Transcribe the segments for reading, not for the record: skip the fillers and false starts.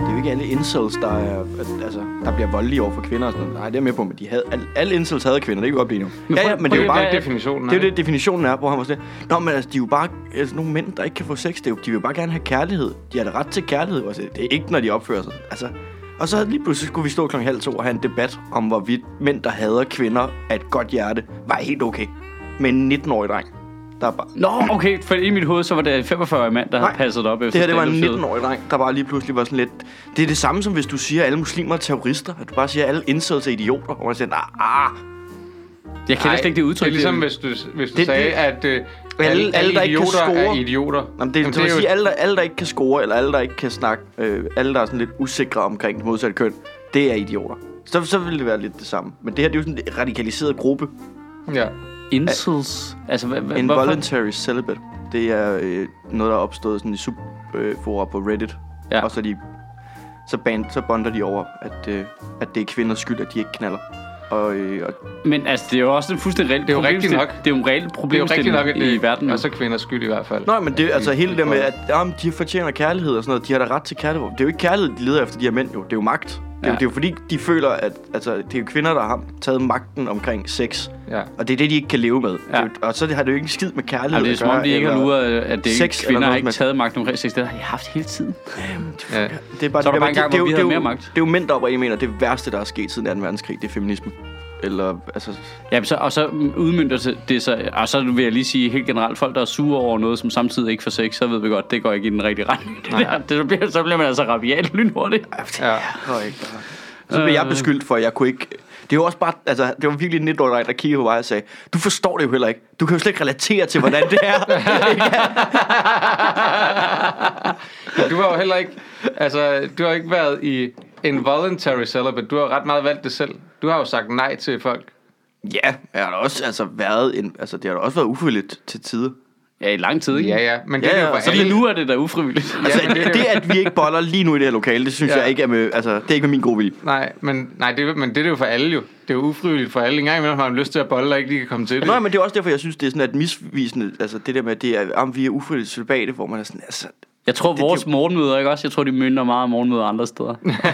er jo ikke alle incels, der bliver voldelige over for kvinder og sådan noget. Nej, det er med på, men alle incels havde kvinder, det kan vi godt blive nu. Men Ja, men det er jo bare definitionen. Det er jo det, definitionen er, hvor han var sådan. Nå, men altså, de er jo bare nogle mænd, der ikke kan få sex. De vil jo bare gerne have kærlighed. De har da ret til kærlighed. Altså, det er ikke, når de opfører sig. Altså, og så lige pludselig skulle vi stå 1:30 og have en debat om, hvorvidt mænd, der hader kvinder af et godt hjerte, var helt okay. Men en 19-årig dreng, der er bare... Nå, okay, for i mit hoved, så var det 45-årig mand, der havde passet op efter det her, det var en 19-årig dreng, der bare lige pludselig var sådan lidt... Det er det samme, som hvis du siger, at alle muslimer er terrorister. At du bare siger, at alle incels er idioter. Og man siger, jeg kender slet ikke det udtryk. Det er ligesom, hvis du sagde, at alle der ikke kan score er idioter. Jamen, det vil sige, alle, der ikke kan score, eller alle, der ikke kan snakke, alle, der er sådan lidt usikre omkring det modsatte køn, det er idioter. Så vil det være lidt det samme. Men det her, det er jo sådan en radikaliseret gruppe. Ja. Incels? Altså, Involuntary celibate. Det er noget, der er opstået sådan i subfora på Reddit. Ja. Og så bonder de over, at det er kvinders skyld, at de ikke knaller. Men altså, det er jo også en fuldstændig reelt problem. Det er jo en reel problemstilling i verden. Og så kvinders skyld i hvert fald. Nej, men det altså hele det med, at de fortjener kærlighed og sådan noget. De har da ret til kærlighed. Det er jo ikke kærlighed, de leder efter, de her mænd jo. Det er jo magt. Det er jo fordi, de føler, at det er jo kvinder, der har taget magten omkring sex. Ja. Og det er det, de ikke kan leve med. Ja. Og så har det jo ikke en skid med kærlighed. Det er som om, de ikke har luret, at det sex, kvinder har ikke taget magten omkring sex. Det har jeg haft hele tiden. Det er bare så det, bare en gang, hvor vi havde mere magt. Det er jo mænd, der oprindeligt mener, det værste, der er sket siden 2. verdenskrig, det er feminisme. Eller, altså... Ja, så udmønter det sig. Og så vil jeg lige sige helt generelt, folk der er sure over noget, som samtidig ikke får sex, så ved vi godt, det går ikke i den rigtige retning. Så bliver man altså rabiat lynhurtigt. Ja, så blev jeg beskyldt for, at jeg kunne ikke... Det var også bare, altså, det var virkelig en 19-årig dreng, der kiggede på mig og sagde, du forstår det jo heller ikke. Du kan jo slet ikke relatere til, hvordan det er. Du har jo heller ikke, altså, du har ikke været i involuntary celibate. Du har ret meget valgt det selv. Du har jo sagt nej til folk. Ja, jeg har da også været det har da også været ufrivilligt til tider. Ja, i lang tid, ikke? Ja, men det er jo for så alle. Nu er det da ufrivilligt. Altså, det at vi ikke boller lige nu i det her lokale, det synes jeg ikke er med, altså, det er ikke med min gode vilje. Men det er jo for alle jo. Det er jo ufrivilligt for alle. Engang imellem har man lyst til at bolle, og ikke lige kan komme til det. Nej, men det er også derfor, jeg synes, det er sådan et misvisende, altså det der med, at det er, om vi er ufrivilligt celibate, hvor man er sådan, altså... Jeg tror, vores morgenmøder, ikke også? Jeg tror, de minder meget om morgenmøder andre steder.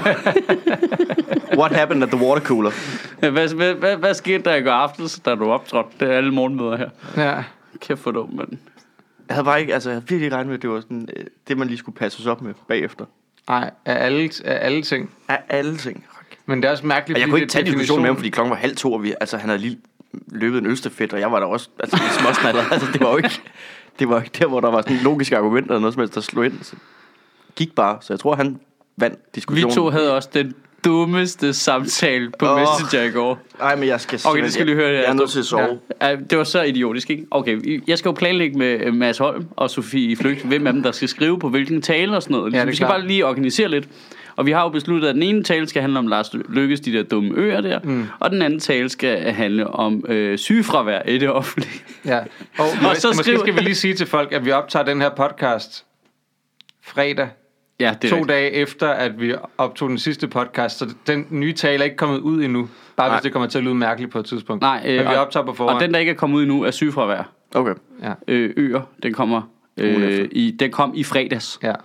What happened at the water cooler? Hvad skete der i går aftes, da du optrådte? Det er alle morgenmøder her. Ja. Kæft for dumt, mand. Jeg havde bare ikke, altså jeg havde virkelig regnet med, at det var sådan, det man lige skulle passe os op med bagefter. Nej, af alle ting. Af alle ting. Men det er også mærkeligt, jeg kunne ikke tage diskussionen med ham, fordi klokken var 1:30, og han havde lige løbet en ølstafet, og jeg var der også, altså en småsnaller. Altså det var jo ikke der, hvor der var sådan logiske argumenter eller noget som helst, der slog ind. Så gik bare, så jeg tror, han vandt diskussionen. Vi to havde også den dummeste samtale på Messenger i går. Nej, men jeg skal okay, det skal lige høre det. Jeg er nødt til at sove. Ja, det var så idiotisk, ikke? Okay, jeg skal jo planlægge med Mads Holm og Sofie Flygt, hvem af dem, der skal skrive på hvilken tale og sådan noget. Ja, vi skal bare lige organisere lidt. Og vi har jo besluttet, at den ene tale skal handle om Lars Løkkes, de der dumme øer der, og den anden tale skal handle om sygefravær i det offentlige. Ja. Og så måske skal vi lige sige til folk, at vi optager den her podcast fredag. Ja, det 2 dage efter, at vi optog den sidste podcast, så den nye tale er ikke kommet ud endnu. Bare hvis det kommer til at lyde mærkeligt på et tidspunkt. Nej, men vi optager på forhånd. Og den, der ikke er kommet ud endnu, er sygefravær. Okay. Ja. Øer, den kommer den kom i fredags. Ja.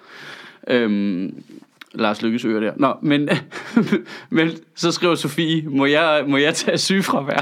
Lars Løkkes øer der. Nå, men så skriver Sofie, må jeg tage sygefravær?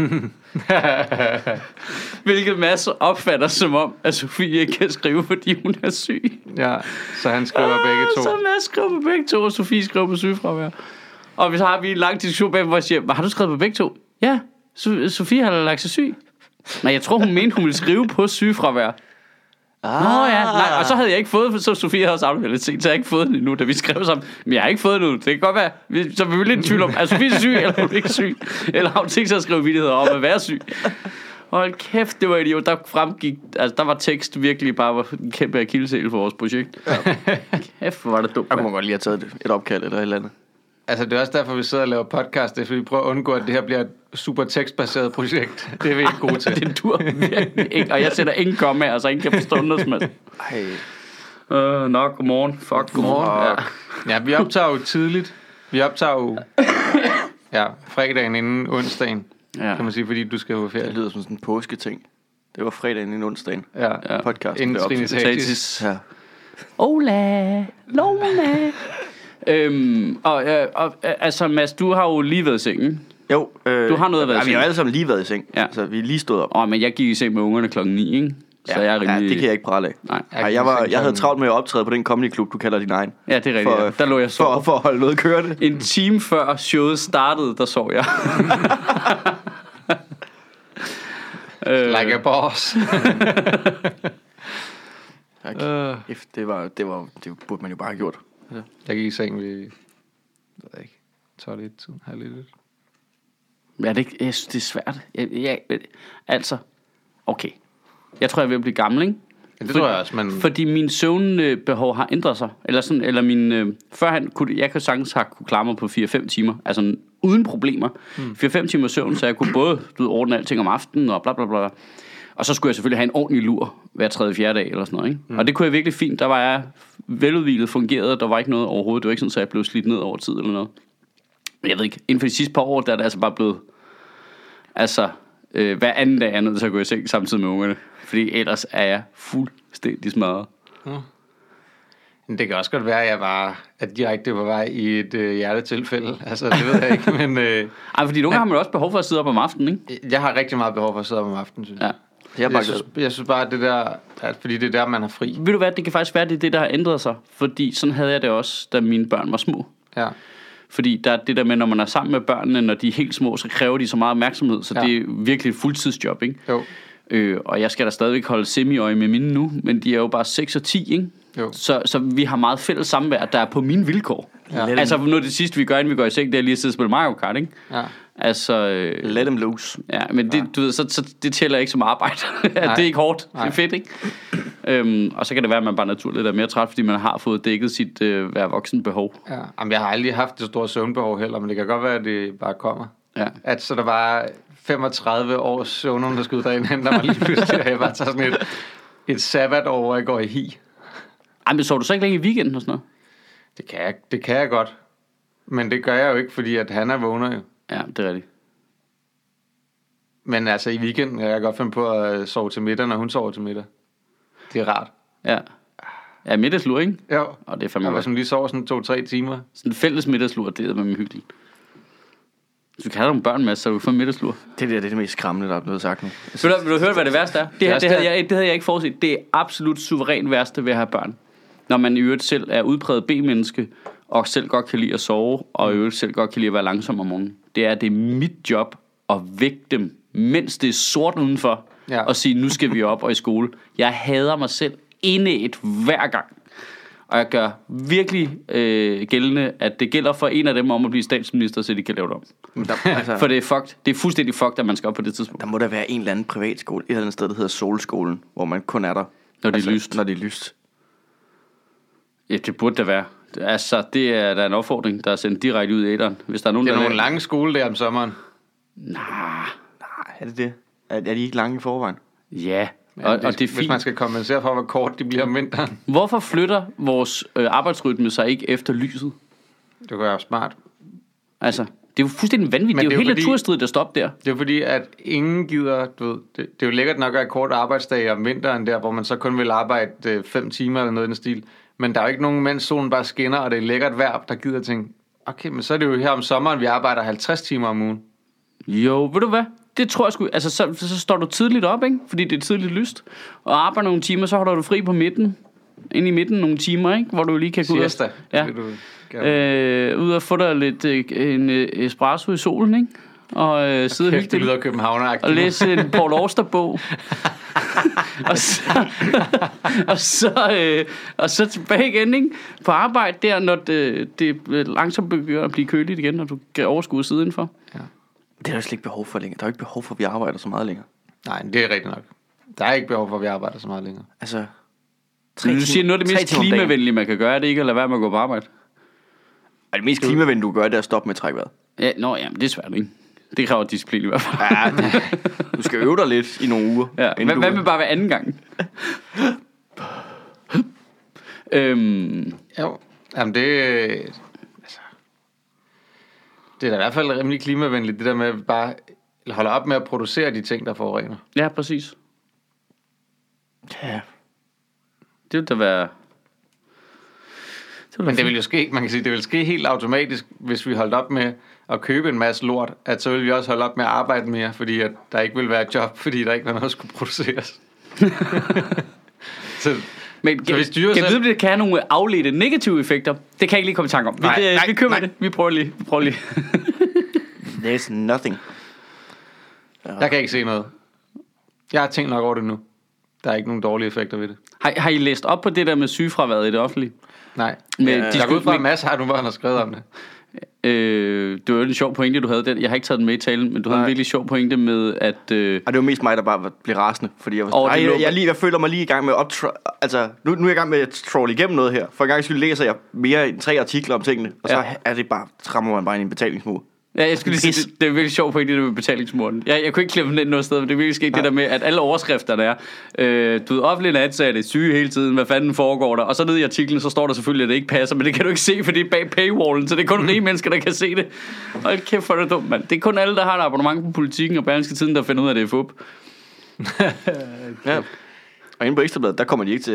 Hvilket Mads opfatter som om, at Sofie ikke kan skrive, fordi hun er syg. Ja, så han skriver begge to. Så Mads skriver på begge to, og Sofie skriver på sygefravær. Og så har vi en lang diskussion bag, hvor jeg siger, har du skrevet på begge to? Ja, Sofie har lagt sig syg. Nej, jeg tror, hun mente, hun ville skrive på sygefravær. Nå ja, nej, og så havde jeg ikke fået, så Sofie havde også afleveret lidt sent, så jeg har ikke fået den endnu, da vi skrev sammen. Men jeg har ikke fået den endnu, det kan godt være, så vi er lidt i tvivl om, er Sofie syg, eller er hun ikke syg? Eller har hun tænkt sig at skrive vittigheder om at være syg? Hold kæft, det var idiot, der fremgik, altså der var tekst virkelig bare en kæmpe akilleshæl for vores projekt. Ja. Kæft, hvor var det dumt. Jeg kunne godt lige have taget et opkald eller et eller andet. Altså det er også derfor, vi sidder og laver podcast. Det er fordi, vi prøver at undgå, at det her bliver et super tekstbaseret projekt. Det er vi ikke gode til. Det dur virkelig ikke. Og jeg sætter ingen kommaer, så ingen kan forstå noget som helst. Nå, godmorgen. Fuck, godmorgen. Ja, vi optager jo tidligt. Vi optager jo fredagen inden onsdagen, kan man sige, fordi du skal jo ferie. Det lyder som sådan en påsketing. Det var fredagen inden onsdagen. Ja. Podcasten inden Trinitatis. Ja. Ola, Lola. Altså, Mads, du har jo lige været i sengen. Jo. Du har noget at være i Vi seng. har jo alle sammen lige været i seng. Ja. Så vi er lige stået op. Men jeg gik i seng med ungerne klokken 9, ikke? Så jeg er rimelig... Ja, det kan jeg ikke prale af. Nej. Jeg havde travlt med at optræde på den comedy klub, du kalder din egen. Ja, det er rigtigt. Der lå jeg så. For at holde noget kørende. En time før showet startede, der sov jeg. Like a boss. Det burde man jo bare have gjort. Jeg gik i seng ved, jeg ved ikke, 12-1, halv 1. Ja, jeg synes, det er svært. Altså, okay. Jeg tror, jeg er ved at blive gammel, ikke? Ja, det tror jeg også, men... Fordi min søvnbehov har ændret sig. Eller min... Førhen jeg kunne sagtens have kunne klare mig på 4-5 timer. Altså uden problemer. 4-5 timer søvn, så jeg kunne både ordne alting om aftenen og bla bla bla. Og så skulle jeg selvfølgelig have en ordentlig lur hver 3-4 dag eller sådan noget, ikke? Og det kunne jeg virkelig fint. Der var jeg veludvilet, fungerede. Der var ikke noget overhovedet. Det var ikke sådan, at jeg blev slidt ned over tid eller noget. Men jeg ved ikke, inden for de sidste par år, der er det altså bare blevet... Altså, hver anden dag er jeg nødt til at gå i seng samtidig med ungerne. Fordi ellers er jeg fuldstændig smadret. Det kan også godt være, at direkte var vej i et hjertetilfælde. Altså, det ved jeg ikke, men... Fordi nogle gange har man også behov for at sidde op om aftenen, ikke? Jeg har rigtig meget behov for at sidde op om aftenen, synes jeg. Jeg synes bare, at det der... Fordi det er der, man har fri. Ved du hvad, det kan faktisk være, det er det, der har ændret sig. Fordi sådan havde jeg det også, da mine børn var små. Ja. Fordi der er det der med, når man er sammen med børnene, når de er helt små, så kræver de så meget opmærksomhed. Så det er virkelig et fuldtidsjob, ikke? Jo. Og jeg skal da stadigvæk holde semi-øje med mine nu, men de er jo bare 6 og 10, ikke? Jo. Så vi har meget fælles samvær, der er på mine vilkår. Ja. Altså nu det sidste, vi gør, inden vi går i seng, det er lige at sidde og spille Mario Kart, ikke? Ja. Altså... Let them loose. Ja, men det, du ved, så det tæller ikke som arbejde. Det er ikke hårdt. Det er fedt, ikke? Og så kan det være, at man bare naturligt er mere træt, fordi man har fået dækket sit hver voksen behov. Ja. Jamen, jeg har aldrig haft det store søvnbehov heller, men det kan godt være, at det bare kommer. Ja. At så der var 35 års søvn, der skulle derind hen, der var lige pludselig, og jeg bare tager sådan et sabbatår, hvor jeg går i hi. Ej, men så du så ikke længe i weekenden og sådan noget? Det kan jeg godt. Men det gør jeg jo ikke, fordi at han er vågner jo. Ja, det er rigtigt. Men altså i weekenden kan jeg godt finde på at sove til middag, når hun sover til middag. Det er rart. Ja. Ja, middagslur, ikke? Jo. Og det er fandme godt. godt. Som lige sover sådan 2-3 timer. Sådan en fælles middagslur, det er med mig hyggeligt. Du kan have nogle børn med, så du får middagslur. Det er det mest skræmmende, der er blevet sagt nu. Vil du høre, hvad det værste er? Det havde jeg ikke forudset. Det er absolut suverænt værste ved at have børn. Når man i øvrigt selv er udpræget B-menneske, og selv godt kan lide at sove, og i øvrigt selv godt kan lide at være langsom om morgenen. Det er mit job at vække dem, mens det er sort udenfor, og sige, nu skal vi op og i skole. Jeg hader mig selv indædt hver gang. Og jeg gør virkelig gældende, at det gælder for en af dem om at blive statsminister, så de kan lave det om. For det er fucked. Det er fuldstændig fucked, at man skal op på det tidspunkt. Der må der være en eller anden privatskole, et eller andet sted, der hedder Solskolen, hvor man kun er der, når det er lyst. Når det er lyst. Ja, det burde der være. Altså, det er der en opfordring, der er sendt direkte ud i æteren. Hvis der er nogen, det er der nogle lange skole der om sommeren. Nej, er det det? Er de ikke lange i forvejen? Ja, og det er fint. Hvis man skal kompensere for, hvor kort de bliver om vinteren. Hvorfor flytter vores arbejdsrytme sig ikke efter lyset? Det kan være smart. Altså, det er jo fuldstændig vanvittigt. Det er jo helt naturstridigt at stoppe der. Det er jo fordi, at ingen gider... Du ved, det er jo lækkert nok at have kort arbejdsdag om vinteren der, hvor man så kun vil arbejde 5 timer eller noget i den stil. Men der er jo ikke nogen, mens solen bare skinner, og det er lækkert vejr, der gider at tænke, okay, men så er det jo her om sommeren, vi arbejder 50 timer om ugen. Jo, ved du hvad? Det tror jeg sgu... Altså, så står du tidligt op, ikke? Fordi det er tidligt lyst. Og arbejder nogle timer, så holder du fri på midten. Ind i midten nogle timer, ikke? Hvor du lige kan gå ud Siesta. ud og få dig lidt en espresso i solen, ikke? Og sidde og hygge det lyder københavneragtigt. Og læse en Paul Auster-bog. og så tilbage igen, ikke? På arbejde der, når det langsomt begynder at blive køligt igen, og du kan overskue at sidde indenfor. Ja. Det er der slet ikke behov for længere. Der er ikke behov for, at vi arbejder så meget længere. Nej, det er rigtigt nok. Der er ikke behov for, at vi arbejder så meget længere. Altså, du siger noget af det mest klimavenlige, man kan gøre, det ikke at lade være med at gå på arbejde. Og det mest klimavenlige, du gør, det er at stoppe med at trække vejret. Ja, men det er svært, ikke? Det kræver disciplin i hvert fald. Ja, du skal øve dig lidt i nogle uger. Ja, hvad med bare hver anden gang? Jo, jamen det... Altså, det er da i hvert fald rimelig klimavenligt, det der med at bare holde op med at producere de ting, der forurener. Ja, præcis. Ja. Det vil da være... Men det vil jo ske, man kan sige, det vil ske helt automatisk, hvis vi holdt op med at købe en masse lort, at så vil vi også holde op med at arbejde mere, fordi at der ikke vil være et job, fordi der ikke var noget, der skulle produceres. Men kan vi vide, at det kan have nogle afledte negative effekter? Det kan jeg ikke lige komme i tanke om. Vi køber det. Vi prøver lige. There's nothing. Jeg kan ikke se noget. Jeg har tænkt nok over det nu. Der er ikke nogen dårlige effekter ved det. Har I læst op på det der med sygefraværet i det offentlige? Nej. Jeg går ud fra en masse, har du hvor han har skrevet om det. Det var jo en sjov pointe, du havde den. Jeg har ikke taget den med i talen, men du havde en virkelig sjov pointe med, at... det var mest mig, der bare blev rasende, fordi jeg føler mig lige i gang med nu er jeg i gang med at trolle igennem noget her. For en gang skyld læser jeg mere end 3 artikler om tingene, og så er det bare, trammer man bare ind i en betalingsmur. Ja, jeg skulle lige sige, det er virkelig sjovt pointe, det med betalingsmuren. Jeg kunne ikke klemme den ind noget sted, men det er virkelig sket det der med, at alle overskrifterne er, du er offentlig ansatte, syge hele tiden, hvad fanden foregår der? Og så nede i artiklen, så står der selvfølgelig, at det ikke passer, men det kan du ikke se, fordi det er bag paywallen, så det er kun rige mennesker, der kan se det. Hold kæft, for det dumt, mand. Det er kun alle, der har et abonnement på Politikken og Berlingske Tiden, der finder ud af, at det er fup. Ja. Og inde på Ekstrabladet, der kommer de ikke til,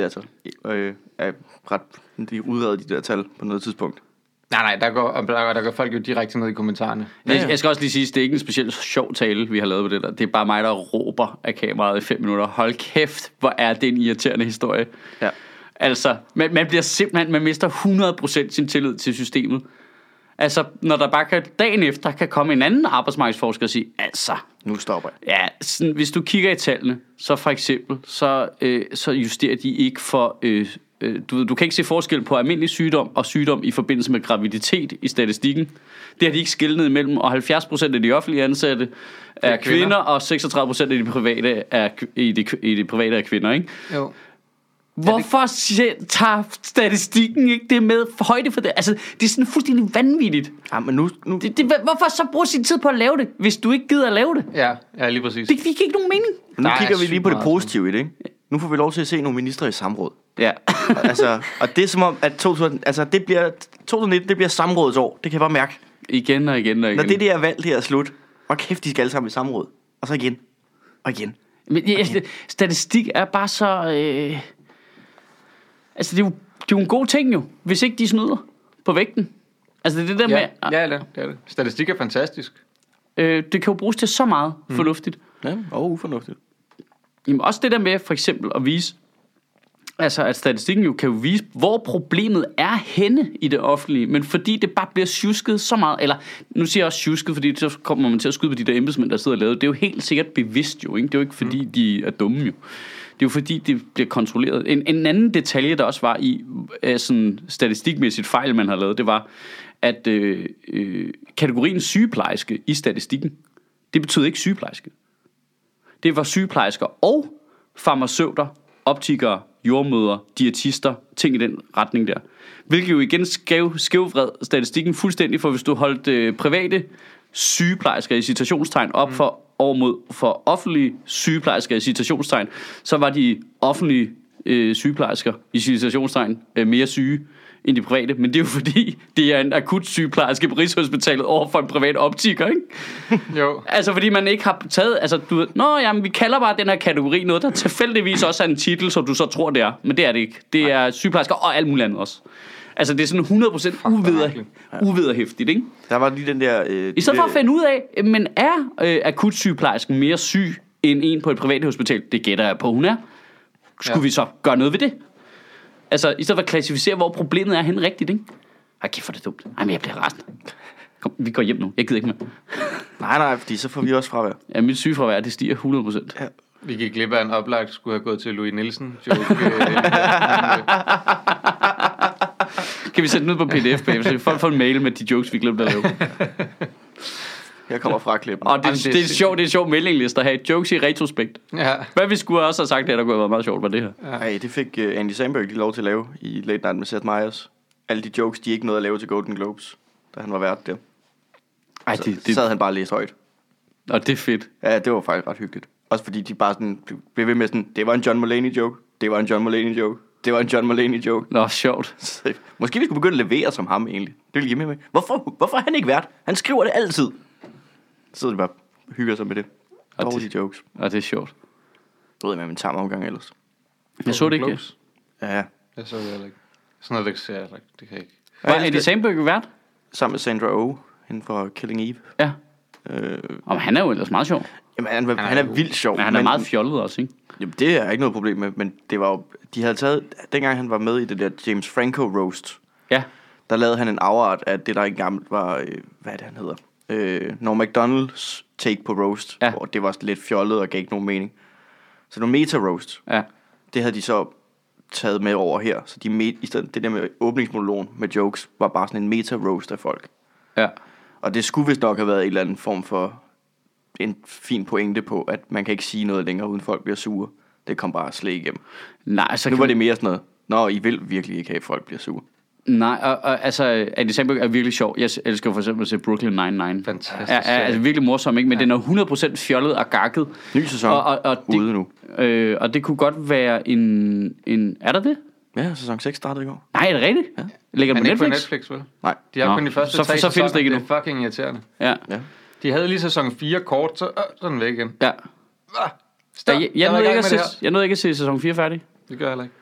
de udreder de der tal på noget tidspunkt. Nej, der går folk jo direkte ned i kommentarerne. Jeg skal også lige sige, at det er ikke en specielt sjov tale, vi har lavet på det der. Det er bare mig, der råber af kameraet i 5 minutter. Hold kæft, hvor er det en irriterende historie. Ja. Altså, man bliver simpelthen, man mister 100% sin tillid til systemet. Altså, når der bare dagen efter kan komme en anden arbejdsmarkedsforsker og sige, altså... Nu stopper jeg. Ja, sådan, hvis du kigger i tallene, så for eksempel, så justerer de ikke for... Du kan ikke se forskel på almindelig sygdom og sygdom i forbindelse med graviditet i statistikken. Det har de ikke skelnet imellem, og 70% af de offentlige ansatte er kvinder, og 36% af de private i det private er kvinder, ikke? Jo. Hvorfor tager statistikken ikke det med for højde for det? Altså, det er sådan fuldstændig vanvittigt. Ja, men nu... Hvorfor så bruge sin tid på at lave det, hvis du ikke gider at lave det? Ja, lige præcis. Det giver ikke nogen mening. Nu kigger vi lige på det positive i det, ikke? Nu får vi lov til at se nogle ministre i samråd. Ja. Og det er som om, at 2019, det bliver samrådets år. Det kan jeg bare mærke. Igen og igen. Når det der valg her er slut, og kæft, de skal alle sammen i samråd. Og så igen. Og igen. Men statistik er bare så... Altså, det er jo en god ting jo, hvis ikke de snyder på vægten. Altså, det er det der med... Ja, det er det. Statistik er fantastisk. Det kan jo bruges til så meget fornuftigt. Ja, og ufornuftigt. Jamen, også det der med for eksempel at vise... Altså, at statistikken jo kan jo vise, hvor problemet er henne i det offentlige, men fordi det bare bliver sjusket så meget, eller nu siger jeg også sjusket, fordi så kommer man til at skyde på de der embedsmænd, der sidder og laver det. Det er jo helt sikkert bevidst jo, ikke? Det er jo ikke fordi, de er dumme jo. Det er jo fordi, det bliver kontrolleret. En anden detalje, der også var i sådan statistikmæssigt fejl, man har lavet, det var, at kategorien sygeplejerske i statistikken, det betød ikke sygeplejerske. Det var sygeplejersker og farmaceuter, optikere, jordmødre, diætister, ting i den retning der. Hvilket jo igen skævvred statistikken fuldstændig, for hvis du holdt private sygeplejersker i citationstegn op for offentlige sygeplejersker i citationstegn, så var de offentlige sygeplejersker i citationstegn mere syge end de private, men det er jo fordi, det er en akut sygeplejerske på Rigshospitalet over for en privat optiker, ikke? Jo. Altså fordi man ikke har taget, altså du ved, jamen vi kalder bare den her kategori noget, der tilfældigvis også er en titel, som du så tror det er, men det er det ikke. Det er sygeplejersker og alt muligt andet også. Altså det er sådan 100% uvederhæftigt, ikke? Der var lige den der... I stedet for at finde ud af, men er akut sygeplejersken mere syg end en på et privat hospital? Det gætter jeg på, hun er. Skulle vi så gøre noget ved det? Altså, i stedet for at klassificere, hvor problemet er henne rigtigt, ikke? Ej, kæft, for det dumt. Ej, men jeg bliver resten. Kom, vi går hjem nu. Jeg gider ikke mere. Nej, fordi så får vi også fravær. Ja, mit sygefravær, det stiger 100%. Ja. Vi gik glip af en oplagt, skulle have gået til Louis Nielsen. Joke, kan vi sætte den ud på pdf bagefter, så folk får en mail med de jokes, vi glemte at lave. Jeg kommer fra klippen. Og det er en sjov mailingliste at have. Jokes i retrospekt. Ja. Hvad vi skulle også have sagt, det der kunne have været meget sjovt, var det her. Ja, det fik Andy Samberg lige lov til at lave i Late Night med Seth Meyers. Alle de jokes, de ikke nåede at lave til Golden Globes, da han var vært der. Ej, det sad han bare og læste højt. Og det er fedt. Ja, det var faktisk ret hyggeligt. Også fordi de bare sådan blev ved med sådan, det var en John Mulaney joke, det var en John Mulaney joke, det var en John Mulaney joke. Nå, sjovt. Så, måske vi skulle begynde at levere som ham egentlig. Det vil jeg give med. Hvorfor er han ikke vært? Han skriver det altid. Så sidder de bare og hygger sig med det. Dårlige jokes. Og det er sjovt. Det ved jeg med min tam omgang ellers. Jeg så det ikke. Ja. Jeg så det heller ikke. Sådan noget, det kan jeg ikke. Var Andy Samberg vært? Sammen med Sandra Oh, hende fra Killing Eve. Ja. Og han er jo ellers meget sjov. Jamen, han er vildt sjov. Men han er meget fjollet også, ikke? Jamen, det er ikke noget problem med, men det var jo... De havde taget... Dengang han var med i det der James Franco roast, Ja. der lavede han en afart af det, der ikke gammelt var... hvad er det, han hedder? Norm Macdonalds take på roast, Ja. hvor det var lidt fjollet og gav ikke nogen mening. Så det var meta-roast. Ja. Det havde de så taget med over her. Så i stedet det der med åbningsmonologen med jokes, var bare sådan en meta-roast af folk. Ja. Og det skulle vist nok have været en eller anden form for en fin pointe på, at man kan ikke sige noget længere, uden folk bliver sure. Det kom bare slet igennem. Nej, så Nu var det mere sådan noget, nå, I vil virkelig ikke have, at folk bliver sure. Nej, og altså, Andy Samberg er virkelig sjov. Jeg elsker for eksempel at se Brooklyn Nine-Nine. Fantastisk. Er altså virkelig morsom, ikke? Men den er 100% fjollet og gakket. Ny sæson og det, ude nu. Og det kunne godt være en... Er der det? Ja, sæson 6 startede i går. Nej, er det rigtigt? Ja. Ligger det Men på ikke på Netflix? Netflix, vel? Nej. De har Nå, kun de første så 3 findes det ikke sæsoner. endnu. Det er fucking irriterende. Ja. Ja. De havde lige sæson 4 kort, så er den væk igen. Ja. Stop. Jeg nåede ikke at se sæson 4 færdig. Det gør jeg heller ikke.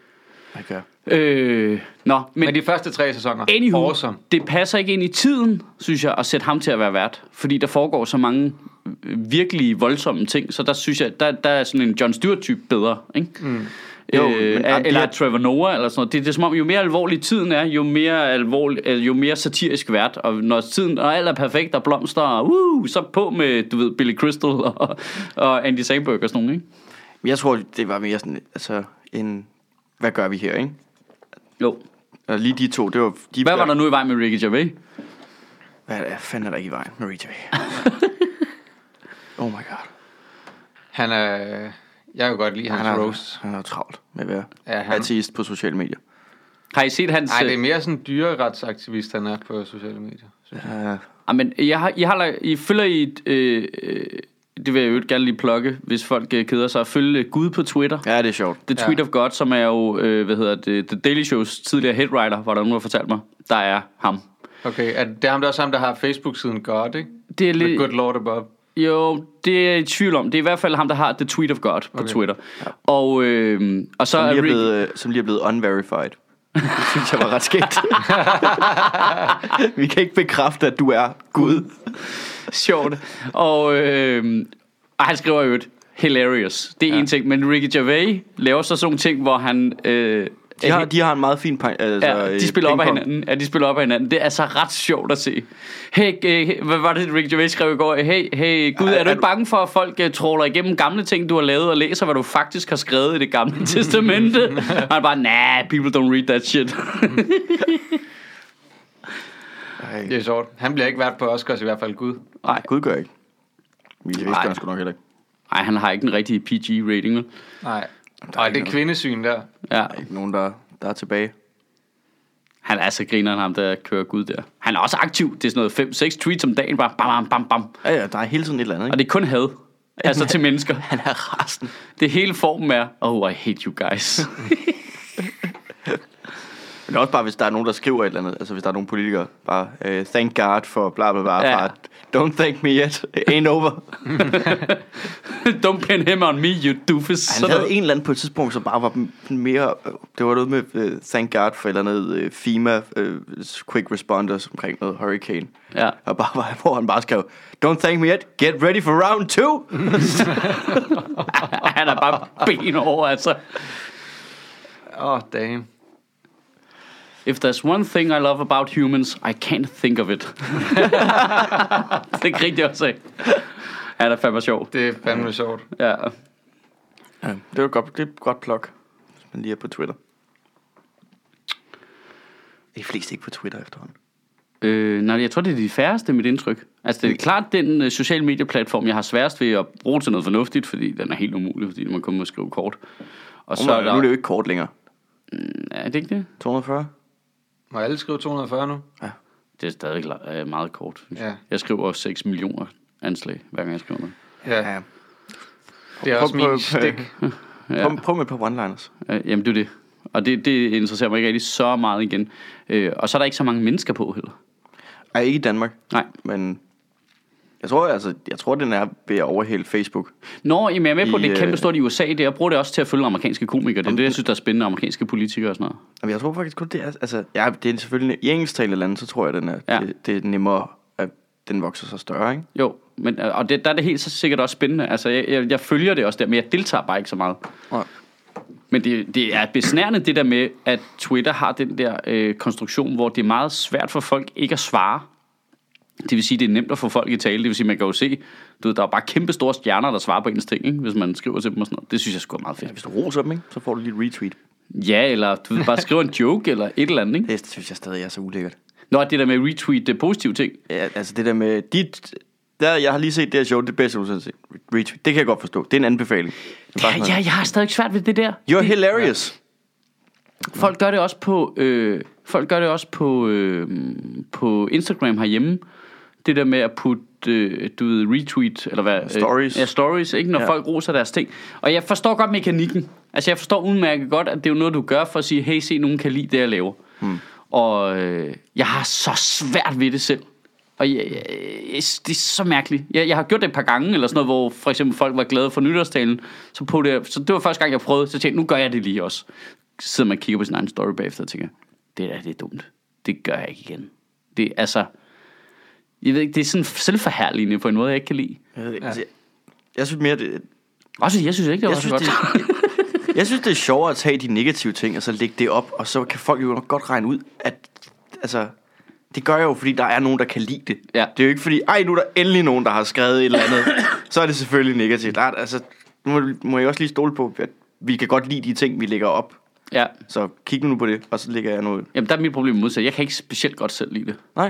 Okay. Men de første 3 sæsoner, anywho, awesome. det passer ikke ind i tiden, synes jeg, at sætte ham til at være vært. Fordi der foregår så mange virkelig voldsomme ting. Så der synes jeg, der er sådan en Jon Stewart-type bedre, ikke? Mm. Eller Trevor Noah eller sådan noget. Det er som om, jo mere alvorlig tiden er, jo mere satirisk vært. Og når tiden og alt er perfekt og blomster, så på med, du ved, Billy Crystal og Andy Samberg og sådan noget, ikke? Jeg tror, det var mere sådan, altså en... Hvad gør vi her, ikke? Jo. Og lige de to, det var... Hvad var der nu i vej med Ricky Gervais? Hvad fanden er der ikke i vejen med Ricky Gervais? Oh my god. Han er... Jeg kan godt lide hans roast. Han er travlt med at være Ja, ateist på sociale medier. Har I set hans... Nej, det er mere sådan en dyreretsaktivist, han er på sociale medier. Men I følger i... det vil jeg jo gerne lige plukke, hvis folk keder sig, at følge Gud på Twitter. Ja, det er sjovt. The Tweet of God, som er jo, The Daily Shows tidligere headwriter, hvor der nogen har fortalt mig, der er ham. Okay, det er ham, der også ham, der har Facebook-siden God, ikke? Det er lidt... The Good Lord Above. Jo, det er jeg i tvivl om. Det er i hvert fald ham, der har The Tweet of God på Twitter. Ja. Og så som lige er blevet unverified. Det synes jeg var ret skægt. Vi kan ikke bekræfte, at du er Gud. Sjovt. Og han skriver jo et hilarious. Det er en ting. Men Ricky Gervais laver så sådan nogle ting, hvor han... De har en meget fin de spiller op af hinanden. Ja, de spiller op af hinanden. Det er altså ret sjovt at se. Hey, hvad var det, Ricky Gervais skrev i går? Hey, Gud, er du ikke bange for, at folk tråler igennem gamle ting, du har lavet, og læser, hvad du faktisk har skrevet i det gamle testamente? Og han bare, nah, people don't read that shit. Det er sjovt. Han bliver ikke vært på Oscars, i hvert fald Gud. Nej, Gud gør ikke. Vi vidste han sgu nok heller ikke. Nej, han har ikke den rigtige PG-rating. Nej. Og det er kvindesyn der. Ja. Der er ikke nogen, der er tilbage. Han er så grineren ham, der kører Gud der. Han er også aktiv. Det er sådan noget 5-6 tweets om dagen. Bare bam, bam, bam. Ja, der er hele tiden et eller andet, ikke? Og det er kun had. Altså til mennesker. Han er rasten. Det hele formen er, oh, I hate you guys. Men det er også bare, hvis der er nogen, der skriver et eller andet. Altså hvis der er nogle politikere, bare thank God for bla bla bla. Ja. Bare, don't thank me yet. Ain't over. Don't pin him on me, you doofus. Han havde en eller anden på et tidspunkt, som bare var mere... Det var noget med thank God for et eller andet FEMA quick responders omkring noget hurricane. Ja. Og bare, hvor han bare skrev, don't thank me yet, get ready for round 2. Han er bare ben over, altså. Damn. If there's one thing I love about humans, I can't think of it. Det grinte jeg også af. Han er fandme sjov. Det er fandme sjovt. Ja. Ja, det er et godt plug, hvis man lige er på Twitter. De fleste ikke på Twitter efterhånden. Nej, jeg tror, det er de færreste, mit indtryk. Altså, det er klart den social medieplatform, jeg har sværest ved at bruge til noget fornuftigt, fordi den er helt umulig, fordi man kun må skrive kort. Og så nu er det jo ikke kort længere. Er det ikke det? 240? Må alle skrive 240 nu? Ja. Det er stadig meget kort. Ja. Jeg skriver 6 millioner anslag, hver gang jeg skriver noget. Ja. Det er også min stik. Prøv med på one-liners. Jamen, det er det. Og det interesserer mig ikke rigtig så meget igen. Og så er der ikke så mange mennesker på heller. Ej, ikke i Danmark. Nej. Men Jeg tror, den er ved at overhale Facebook. Nå, jeg er med på, det er kæmpe stort i USA. Jeg bruger det også til at følge amerikanske komikere. Det er det, jeg synes, der er spændende, amerikanske politikere og sådan noget. Jamen, jeg tror faktisk kun, det er... Altså, ja, det er selvfølgelig... I engelsktalende lande, så tror jeg, den er, det er nemmere, at den vokser så større, ikke? Jo, men, og der er det helt så sikkert også spændende. Altså, jeg følger det også der, men jeg deltager bare ikke så meget. Nej. Men det er besnærende det der med, at Twitter har den der konstruktion, hvor det er meget svært for folk ikke at svare. Det vil sige, det er nemt at få folk i tale. Det vil sige, man kan jo se, der er bare kæmpe store stjerner, der svarer på ens ting, ikke? Hvis man skriver til dem og sådan noget. Det synes jeg sgu er meget fedt. Ja, hvis du roser dem, ikke? Så får du lige et retweet. Ja, eller du bare skriver en joke eller et eller andet, ikke? Det synes jeg stadig er så ulækkert. Nå, det der med retweet, det er positive ting. Ja, altså det der med... jeg har lige set det her show, det bedste, du har set. Retweet, det kan jeg godt forstå. Det er en anbefaling. Jeg har stadig svært ved det der. You're hilarious. Ja. Folk gør det også på Instagram herhjemme. Det der med at putte retweet eller hvad? Stories. Stories, ikke, når folk roser deres ting. Og jeg forstår godt mekanikken. Altså jeg forstår udmærket godt, at det er jo noget du gør for at sige, hey, se, nogen kan lide det jeg laver. Og jeg har så svært ved det selv. Og det er så mærkeligt. Jeg har gjort det et par gange eller sådan noget, hvor for eksempel folk var glade for nytårstalen. Så det var første gang jeg prøvede, så tænkte jeg, nu gør jeg det lige også. Så sidder man og kigger på sin egen story bagefter og tænker, det er dumt. Det gør jeg ikke igen. Det er altså, jeg ved ikke, det er sådan selvforherligende på en måde, jeg ikke kan lide. Jeg synes mere det. Også jeg synes ikke, det var så godt. Jeg synes det er sjovere at tage de negative ting og så lægge det op, og så kan folk jo nok godt regne ud, at altså det gør jeg jo, fordi der er nogen, der kan lide det. Ja. Det er jo ikke fordi, nu er der endelig nogen, der har skrevet et eller andet. Så er det selvfølgelig negativt. Altså, må jeg også lige stole på, at vi kan godt lide de ting, vi lægger op. Ja. Så kig nu på det, og så lægger jeg noget. Jamen, der er mit problem modsat. Jeg kan ikke specielt godt selv lide det. Nej.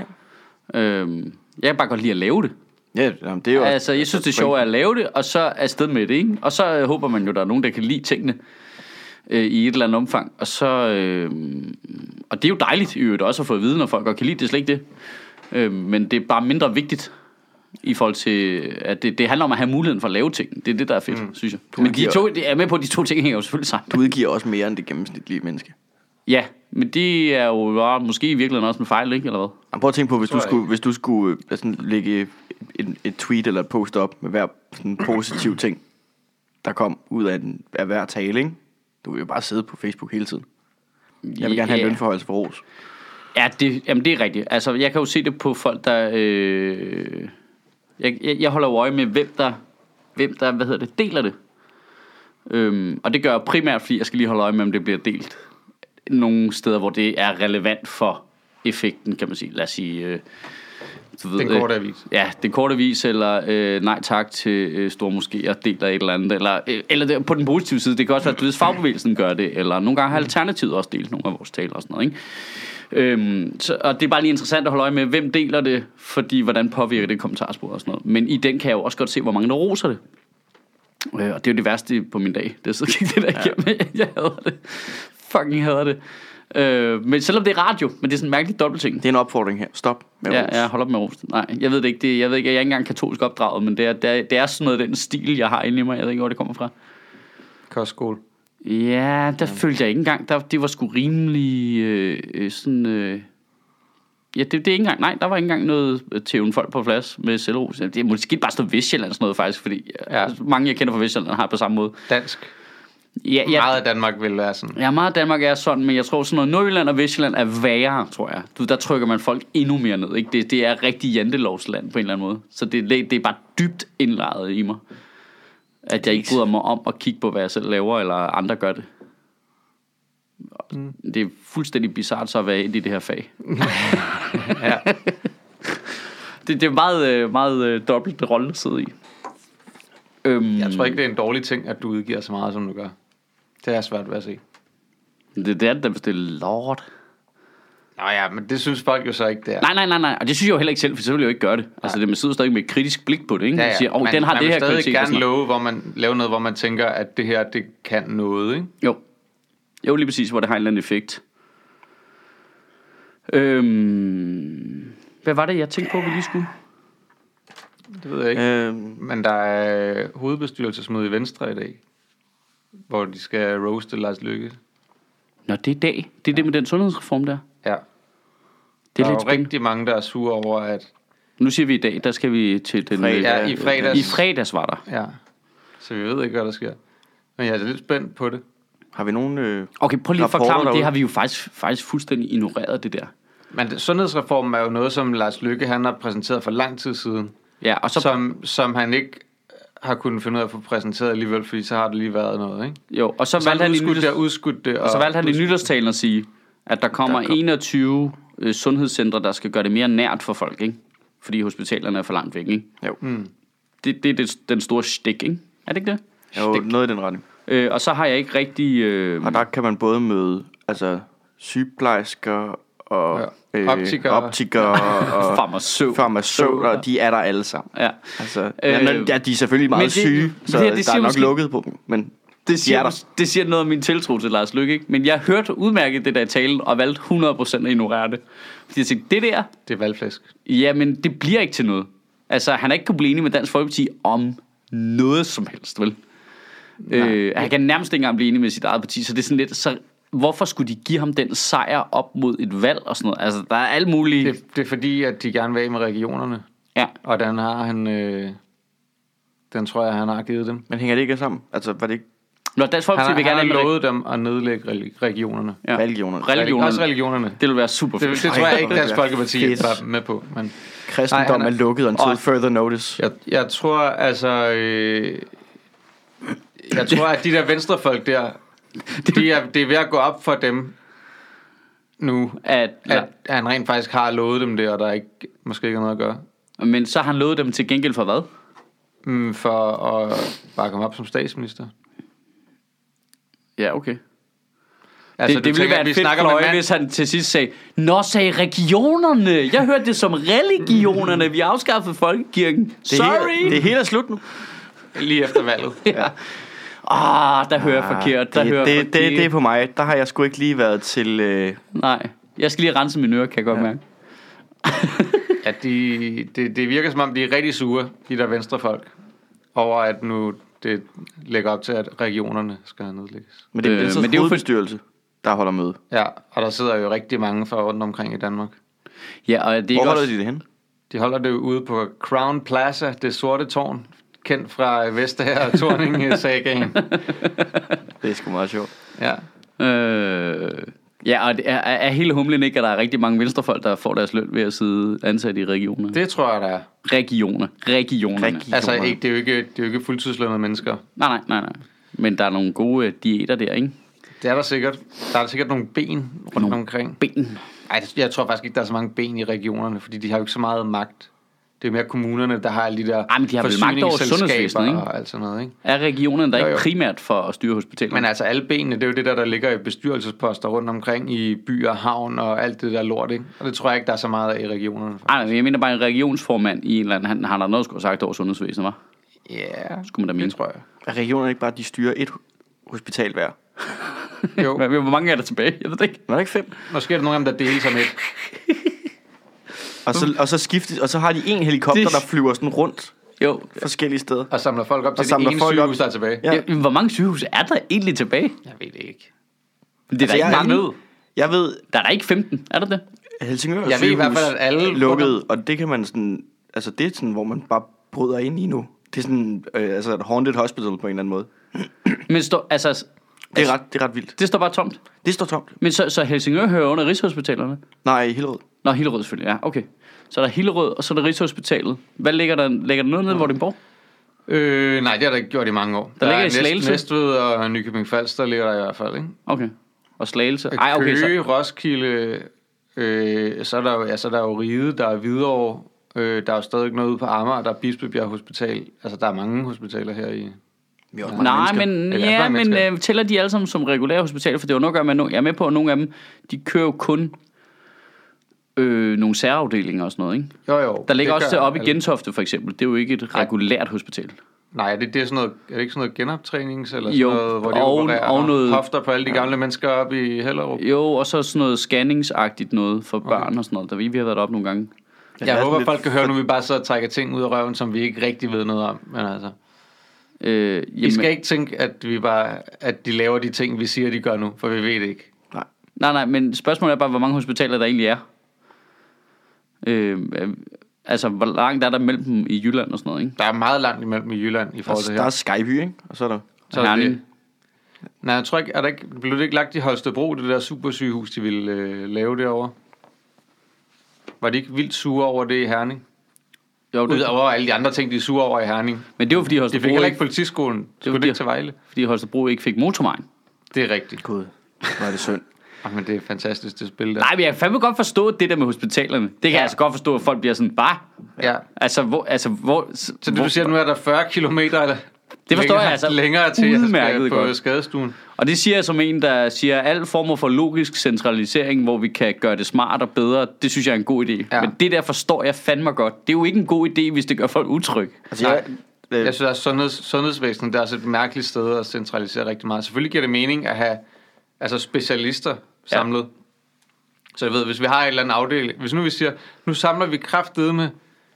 Jeg kan bare godt lide at lave det. Ja, jamen, det er jo... Altså, jeg synes, det er sjovt at lave det, og så er afsted med det, ikke? Og så håber man jo, der er nogen, der kan lide tingene i et eller andet omfang. Og så... og det er jo dejligt i øvrigt også at få at vide, når folk godt kan lide det, er slet ikke det. Men det er bare mindre vigtigt i forhold til, at det handler om at have muligheden for at lave ting. Det er det, der er fedt, synes jeg. Men jeg er med på, at de to ting hænger jo selvfølgelig sammen. Du udgiver også mere end det gennemsnitlige menneske. Ja, men det er jo måske i virkeligheden også en fejl, ikke? Eller hvad? Prøv at tænke på, hvis du skulle sådan, lægge et tweet eller et post op med hver sådan positiv ting, der kom ud af hver tale, ikke? Du vil jo bare sidde på Facebook hele tiden. Jeg vil gerne have en lønforhøjelse for ros. Ja, det er rigtigt. Altså, jeg kan jo se det på folk, der... Jeg holder jo øje med, hvem der deler det. Og det gør jeg primært, fordi jeg skal lige holde øje med, om det bliver delt. Nogle steder, hvor det er relevant for effekten, kan man sige. Lad os sige... den korte avis. Ja, den korte avis, eller nej tak til store moskéer, deler et eller andet. Eller på den positive side, det kan også være, at fagbevægelsen gør det, eller nogle gange har Alternativet også delt nogle af vores taler og sådan noget, ikke? Og det er bare lige interessant at holde øje med, hvem deler det, fordi hvordan påvirker det kommentarspor og sådan noget. Men i den kan jeg jo også godt se, hvor mange der roser det. Og det er jo det værste på min dag. Det er så ikke det der igennem. Jeg hader det. Fucking hader det. Men selvom det er radio, men det er sådan en mærkelig dobbeltting. Det er en opfordring her. Stop med ros. Ja, hold op med ros. Nej, jeg ved det ikke. Jeg ved ikke, jeg er ikke engang katolsk opdraget, men det er sådan noget den stil, jeg har inde i mig. Jeg ved ikke, hvor det kommer fra. Kostskole. Ja, der følte jeg ikke engang. Det var sgu rimelig sådan... Ja, det er ikke engang... Nej, der var ikke engang noget tæven folk på plads med selvros. Det er måske bare sådan noget Vestjylland sådan noget faktisk, fordi mange jeg kender fra Vestjylland har på samme måde. Dansk. Ja, meget af Danmark vil være sådan. Ja, meget af Danmark er sådan, men jeg tror sådan noget Nordjylland og Vestjylland er værre, tror jeg. Der trykker man folk endnu mere ned, ikke? Det er rigtig jantelovsland på en eller anden måde. Så det er bare dybt indlejret i mig. At jeg ikke bryder mig om at kigge på, hvad jeg selv laver, eller andre gør det. Det er fuldstændig bizarrt så at være inde i det her fag. Ja. Det er meget, meget dobbelt rolle at sidde i. Jeg tror ikke, det er en dårlig ting, at du udgiver så meget, som du gør. Det er svært ved at se. Det er det, hvis det er lort. Nå ja, men det synes folk jo så ikke, det er. Nej. Og det synes jeg jo heller ikke selv, for så vil jeg jo ikke gøre det. Altså, man sidder stadig med et kritisk blik på det, ikke? Ja. Siger, den har det her kvalitet. Man vil stadig gerne lave noget, hvor man tænker, at det her, det kan noget, ikke? Jo, lige præcis, hvor det har en eller anden effekt. Hvad var det, jeg tænkte på, vi lige skulle? Det ved jeg ikke. Men der er hovedbestyrelsesmøde i Venstre i dag, hvor de skal roaste Lars Løkke. Nå, det er i dag. Det er det med den sundhedsreform der. Ja. Det er der lidt er jo rigtig mange, der er sure over, at Nu siger vi i dag, der skal vi til den... Ja, i fredags. I fredags var der. Ja, så vi ved ikke, hvad der sker. Men jeg er lidt spændt på det. Har vi nogen Okay, prøv lige at forklare mig, derude? det har vi jo faktisk fuldstændig ignoreret, det der. Men sundhedsreformen er jo noget, som Lars Løkke han har præsenteret for lang tid siden. Ja, og så... Som han ikke har kunnet finde ud af at få præsenteret alligevel, fordi så har det lige været noget, ikke? Jo, og så valgte han i nytårstalen at sige, at der kommer 21 sundhedscentre, der skal gøre det mere nært for folk, ikke? Fordi hospitalerne er for langt væk, ikke? Jo. Det er den store stik, ikke? Er det ikke det? Jo, noget i den retning. Og så har jeg ikke rigtig... Og der kan man både møde sygeplejersker og optikere og farmaceuter, de er der alle sammen. Ja. Altså, de er selvfølgelig meget syge, så der er nok lukket på dem, men det siger noget om min tiltro til Lars Løkke, ikke? Men jeg hørte udmærket det der i talen, og valgte 100% at ignorere det. Fordi jeg tænkte, det der... Det er valgflæsk. Jamen, det bliver ikke til noget. Altså, han er ikke kunne blive enig med Dansk Folkeparti om noget som helst, vel? Han kan nærmest ikke engang blive enig med sit eget parti, så det er sådan lidt... Så hvorfor skulle de give ham den sejr op mod et valg og sådan noget? Altså, der er alt muligt... Det er fordi, at de gerne vil af med regionerne. Ja. Og den har han... den tror jeg, han har givet dem. Men hænger det ikke sammen? Altså, var det ikke... Når Dansk Folkeparti vil gerne have lovet dem at nedlægge regionerne. Ja. Religionerne. Også religionerne. Det vil være super fedt. Det tror jeg ikke, Dansk Folkeparti var med på. Men kristendom er lukket until further notice. Jeg tror, altså... jeg tror, at de der venstrefolk der... det er ved at gå op for dem nu, at han rent faktisk har lovet dem det, og der ikke, måske ikke er noget at gøre. Men så har han lovet dem til gengæld for hvad? For at bare komme op som statsminister. Ja, okay. Altså, det ville være et fedt fløje, hvis han til sidst sagde, nå, sagde regionerne. Jeg hørte det som religionerne. Vi afskaffede folkekirken. Sorry. Det hele er slut nu. Lige efter valget. Ja. Der hører jeg forkert. Det er på mig. Der har jeg sgu ikke lige været til... Nej, jeg skal lige rense mine ører, kan jeg godt mærke. Ja, det virker som om, de er rigtig sure, de der venstrefolk, over at nu det lægger op til, at regionerne skal nedlægges. Men det er jo hovedbestyrelse, der holder møde. Ja, og der sidder jo rigtig mange fra rundt omkring i Danmark. Ja, og det er hvor holder de det hen? De holder det ude på Crown Plaza, det sorte tårn, kendt fra Vestager og Thorning-sagaen. Det er sgu meget sjovt. Ja. Ja, og er hele humlen ikke, at der er rigtig mange venstrefolk, der får deres løn ved at sidde ansat i regionerne? Det tror jeg, der er. Regionerne. Altså, det er jo ikke fuldtidslønnede mennesker. Nej. Men der er nogle gode diæter der, ikke? Det er der sikkert. Der er sikkert nogle ben rundt omkring. Ben? Nej, jeg tror faktisk ikke, der er så mange ben i regionerne, fordi de har jo ikke så meget magt. Det er mere kommunerne, der har alle de der men de har vel magt over sundhedsvæsenet, ikke? Og alt sådan noget, ikke? Er regionerne der ikke primært for at styre hospitalet? Men altså alle benene, det er jo det der ligger i bestyrelsesposter rundt omkring i byer, havn og alt det der lort, ikke? Og det tror jeg ikke, der er så meget af i regionerne. Nej, jeg mener bare en regionsformand i en eller anden, han har der noget skulle have sagt over sundhedsvæsenet, var? Ja, skulle man da mene. Det tror jeg. Er regionerne ikke bare, de styrer et hospital hver? Jo. Hvor mange er der tilbage? Jeg ved det ikke. Var der ikke 5? Måske er der nogle af dem, der deler sig med et. Og så skiftes, og så har de en helikopter, der flyver sådan rundt forskellige steder. Og samler folk op til det ene sygehus, der er tilbage. Ja. Hvor mange sygehus er der egentlig tilbage? Jeg ved det ikke. Det er der ikke mange. Jeg ved... Der er der ikke 15, er der det? Helsingør jeg ved i hvert fald, at alle lukket, og det kan man sådan... Altså det er sådan, hvor man bare bryder ind i nu. Det er sådan et haunted hospital på en eller anden måde. Men altså... Det er ret vildt. Det står bare tomt? Det står tomt. Men så Helsingør hører under Rigshospitalerne? Nej, Hillerød. Nå, Hillerød selvfølgelig, ja, okay. Så er der Hillerød, og så er der Rigshospitalet. Hvad ligger der noget nede, hvor det bor? Nej, det har der ikke gjort i mange år. Der ligger i Slagelse? Næstved og Nykøbing Falster ligger der i hvert fald, ikke? Okay. Og Slagelse? Køge, Roskilde, så er der jo Ride, der er Hvidovre, der er jo stadig noget ude på Amager, der er Bispebjerg Hospital. Altså, der er mange hospitaler her i... men tæller de alle sammen som regulære hospitaler? For det er jo nok at jeg er med på, at nogle af dem, de kører jo kun nogle særafdelinger og sådan noget, ikke? Jo. Der ligger også oppe i Gentofte for eksempel. Det er jo ikke et regulært hospital. Nej, det er sådan noget, er det ikke sådan noget genoptrænings eller sådan noget, hvor de opererer noget, hofter på alle de gamle mennesker op i Hellerup? Jo, og så sådan noget scanningsagtigt noget for børn og sådan noget, der vi har været op nogle gange. Jeg håber, folk kan høre, nu vi bare så trækker ting ud af røven, som vi ikke rigtig ved noget om, men altså... I skal ikke tænke, at de laver de ting, vi siger, de gør nu, for vi ved det ikke. Nej, men spørgsmålet er bare, hvor mange hospitaler der egentlig er. Altså, hvor langt er der mellem dem i Jylland og sådan noget, ikke? Der er meget langt imellem i Jylland i forhold til Der her. er Skyby, ikke? Og så er der... Så er Herning. det, nej, jeg tror ikke, blev det ikke lagt i Holstebro, det der supersygehus, de ville lave derovre? Var de ikke vildt sure over det i Herning? Jo, Udover alle de andre ting, de er sure over i Herning. men det var fordi De Holstebro fik heller ikke ikke, politiskolen. Skulle fordi- det ikke til Vejle? fordi Holstebro ikke fik motorvejen. Det er rigtigt. Gud, hvor er det synd. Men det er fantastisk, det spil der. Nej, men jeg kan fandme godt forstå det der med hospitalerne. Det kan jeg altså godt forstå, at folk bliver sådan, bare. Ja. Altså, hvor... Så det, du siger, nu er der 40 kilometer eller Det forstår længere, jeg altså længere til at udmærket skal på godt. skadestuen. Og det siger jeg som en, der siger, at alle former for logisk centralisering, hvor vi kan gøre det smart og bedre, det synes jeg er en god idé. Ja. Men det der forstår jeg fandme godt. Det er jo ikke en god idé, hvis det gør folk utrygge. Altså, Jeg synes, at sundhedsvæsenet der er også et mærkeligt sted at centralisere rigtig meget. Selvfølgelig giver det mening at have specialister samlet. Ja. Så jeg ved, hvis vi har et eller andet afdeling, hvis nu vi siger, nu samler vi kraftedeme,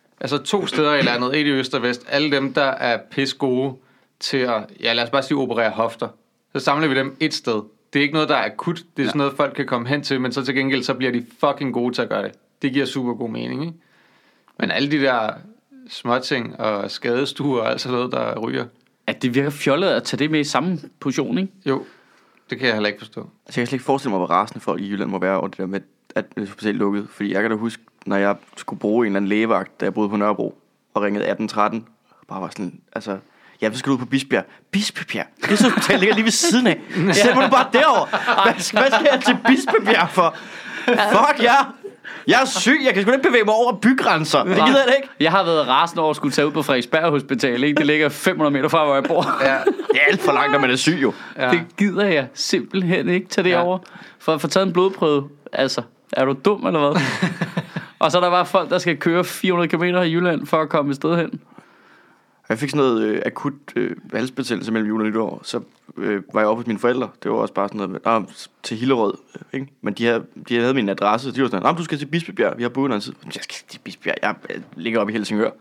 2 steder i landet, et i øst og vest, alle dem, der er pis gode til at, lad os bare sige, operere hofter, så samler vi dem et sted. Det er ikke noget, der er akut, det er sådan noget, folk kan komme hen til, men så til gengæld, så bliver de fucking gode til at gøre det. Det giver super god mening, ikke? Men alle de der småting og skadestuer og alt sådan noget, der ryger. At det virker fjollet at tage det med i samme position, ikke? Jo, det kan jeg heller ikke forstå. Altså, jeg kan slet ikke forestille mig, hvor rasende folk i Jylland må være over det der med, at det er specielt lukket. Fordi jeg kan da huske, når jeg skulle bruge en eller anden lægevagt, da jeg boede på Nørrebro, og ringede 1813, bare var sådan, altså... Ja, så skal du ud på Bispebjerg. Bispebjerg? Det er så hospital, ligger lige ved siden af. Sæt mig nu bare derover. Hvad skal jeg til Bispebjerg for? Fuck ja! Jeg er syg, jeg kan sgu ikke bevæge mig over bygrænser. Det gider jeg da ikke. Jeg har været rasende over at skulle tage ud på Frederiksberg Hospital, ikke? Det ligger 500 meter fra, hvor jeg bor. Ja. Det er alt for langt, når man er syg jo. Ja. Det gider jeg simpelthen ikke tage det over. For at få taget en blodprøve. Altså, er du dum eller hvad? Og så er der bare folk, der skal køre 400 km i Jylland for at komme et sted hen. Jeg fik sådan noget akut halsbetændelse mellem jul og nytår. Så var jeg oppe hos mine forældre. Det var også bare sådan noget med, til Hillerød, ikke? Men de havde min adresse. De var sådan, du skal til Bispebjerg. Vi har boet en tid. Jeg skal til Bispebjerg. Jeg ligger oppe i Helsingør.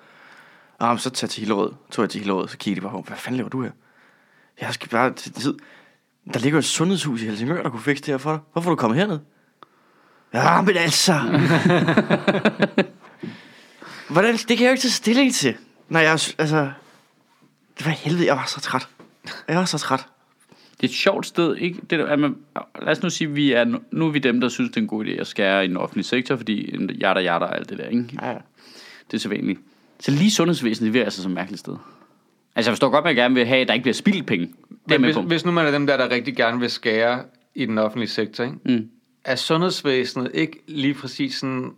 Så tag til Hillerød. Tog jeg til Hillerød, så kiggede de bare på, hvad fanden laver du her? Jeg skal bare til tid. Der ligger et sundhedshus i Helsingør, der kunne fikse det her for dig. Hvorfor er du kommet herned? Ja, men altså. Hvordan? Det kan jeg jo ikke tage stilling til. Nej, det var helvede, jeg var så træt. Det er et sjovt sted, ikke? Det der, at man, lad os nu sige, nu er vi dem, der synes, det er en god idé at skære i den offentlige sektor, fordi jada og alt det der, ikke? Ja. Det er så vanligt. Så lige sundhedsvæsenet, det virker altså som et mærkeligt sted. Altså, jeg forstår godt, at man gerne vil have, at der ikke bliver spildt penge. Hvis nu man er dem der rigtig gerne vil skære i den offentlige sektor, ikke? Er sundhedsvæsenet ikke lige præcis sådan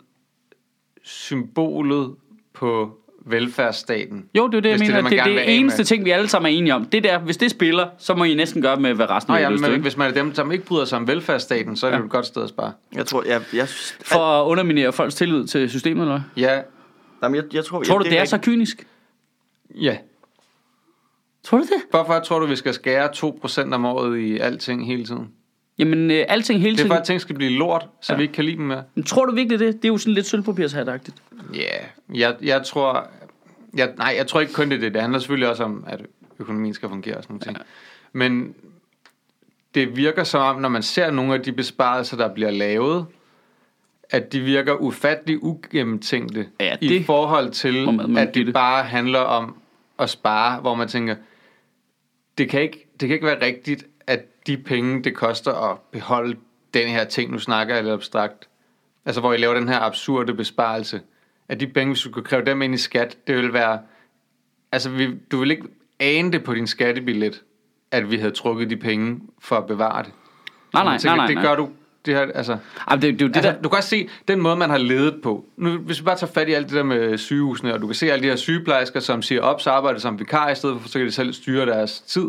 symbolet på velfærdsstaten? Jo, det er det, jeg mener. Det er det eneste med. ting, vi alle sammen er enige om. Det der, hvis det spiller, så må I næsten gøre med, hvad resten af lyst til. Hvis man er dem, som ikke bryder sig om velfærdsstaten, så er det jo et godt sted at spare. Jeg tror, for at underminere folks tillid til systemet, eller hvad? Ja. Jamen, jeg tror du, det er så kynisk? Ja. Tror du det? Hvorfor tror du, vi skal skære 2% om året i alting hele tiden? Jamen, alting hele tiden. Det er for, at ting skal blive lort, så vi ikke kan lide dem mere. Men tror du virkelig det? Det er jo sådan lidt sølvpapirshatagtigt. Ja, jeg tror... jeg tror ikke kun det er det. Det handler selvfølgelig også om, at økonomien skal fungere og sådan noget ting. Men det virker som om, når man ser nogle af de besparelser, der bliver lavet, at de virker ufattelig ugennemtænkte i forhold til, at det bare handler om at spare, hvor man tænker, det kan ikke være rigtigt, at de penge, det koster at beholde den her ting, nu snakker jeg lidt abstrakt, altså hvor I laver den her absurde besparelse, at de penge, hvis du kunne kræve dem ind i skat, det vil være, altså du vil ikke ane det på din skattebillet, at vi havde trukket de penge for at bevare det. Nej. Det gør du, det her, altså. Du kan også se, den måde, man har ledet på. Nu, hvis vi bare tager fat i alt det der med sygehusene, og du kan se alle de her sygeplejersker, som siger op, så arbejder som vikar i stedet for, så kan de selv styre deres tid.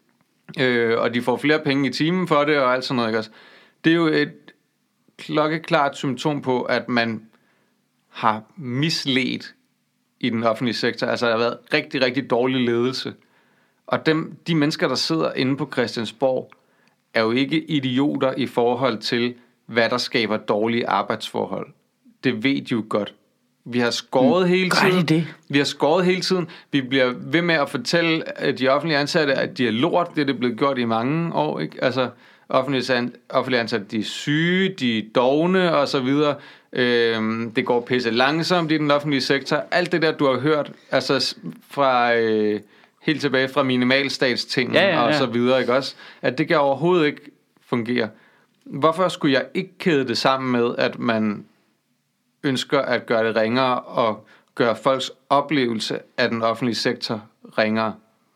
Og de får flere penge i timen for det, og alt sådan noget, ikke også? Det er jo et klokkeklart symptom på, at man har misledt i den offentlige sektor. Altså, der har været rigtig, rigtig dårlig ledelse. Og de mennesker, der sidder inde på Christiansborg, er jo ikke idioter i forhold til, hvad der skaber dårlige arbejdsforhold. Det ved de jo godt. Vi har skåret hele tiden. Vi har skåret hele tiden. Vi bliver ved med at fortælle de offentlige ansatte, at de er lort. Det er blevet gjort i mange år, ikke? Altså, offentlige ansatte, de er syge, de er dovne og så videre. Det går pisse langsomt i den offentlige sektor. Alt det der, du har hørt, altså fra helt tilbage fra minimalstatstingen og så videre, ikke også? At det kan overhovedet ikke fungere. Hvorfor skulle jeg ikke kæde det sammen med, at man ønsker at gøre det ringere og gøre folks oplevelse af den offentlige sektor ringere?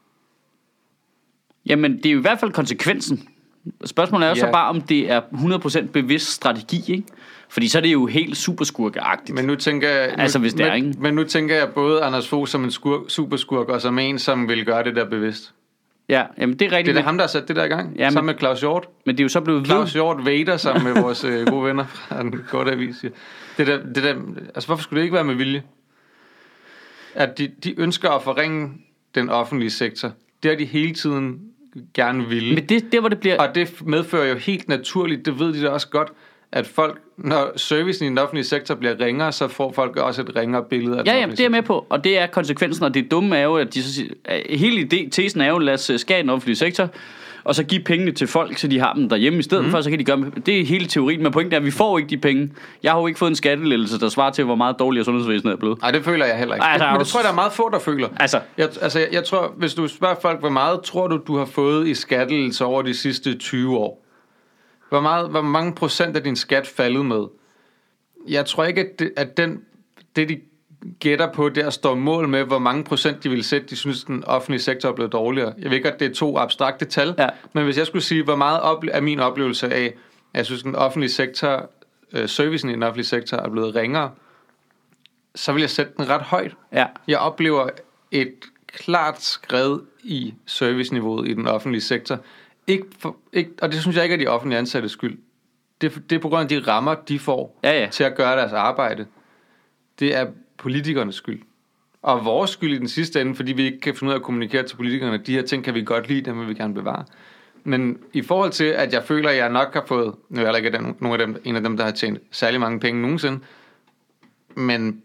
Jamen, det er jo i hvert fald konsekvensen. Spørgsmålet er jo så bare, om det er 100% bevidst strategi, ikke? Fordi så er det jo helt superskurkeagtigt. Men nu tænker jeg, men nu tænker jeg både Anders Fogh som en superskurk og som en, som vil gøre det der bevidst. Ja, jamen det er rigtigt. Det er ham, der har sat det der i gang, sammen med Claus Hjort. Men det er jo så blevet Claus Hjort Vader sammen med vores gode venner fra den korte avis. Det der, altså hvorfor skulle det ikke være med vilje? At de ønsker at forringe den offentlige sektor. Det har de hele tiden gerne ville. Men det hvor det bliver... Og det medfører jo helt naturligt, det ved de da også godt, at folk, når servicen i den offentlige sektor bliver ringere, så får folk også et ringere billede af den offentlige sektor. Det er med på, og det er konsekvensen, og det dumme er jo, at hele tesen er jo, lad os skære den offentlige sektor, og så give pengene til folk, så de har dem derhjemme i stedet for, så kan de gøre det er hele teorien, men pointen er, at vi får ikke de penge. Jeg har jo ikke fået en skattelettelse, der svarer til, hvor meget dårligere sundhedsvæsenet er blevet. Nej, det føler jeg heller ikke. Men det tror jeg, der er meget få, der føler. Jeg tror, hvis du spørger folk, hvor meget tror du har fået i skattelettelse over de sidste 20 år? Hvor mange procent af din skat faldet med? Jeg tror ikke, at det de gætter på, der står mål med, hvor mange procent de vil sætte, de synes, den offentlige sektor er blevet dårligere. Jeg ved ikke, at det er 2 abstrakte tal, men hvis jeg skulle sige, hvor meget er min oplevelse af, at jeg synes, den offentlige sektor, servicen i den offentlige sektor er blevet ringere, så vil jeg sætte den ret højt. Ja. Jeg oplever et klart skred i serviceniveauet i den offentlige sektor. Ikke, og det synes jeg ikke er de offentlige ansattes skyld. Det er på grund af de rammer, de får til at gøre deres arbejde. Det er politikernes skyld. Og vores skyld i den sidste ende, fordi vi ikke kan finde ud af at kommunikere til politikerne. De her ting kan vi godt lide, dem vil vi gerne bevare. Men i forhold til, at jeg føler, at jeg nok har fået... Nu er jeg ikke en af dem, der har tjent særlig mange penge nogensinde. Men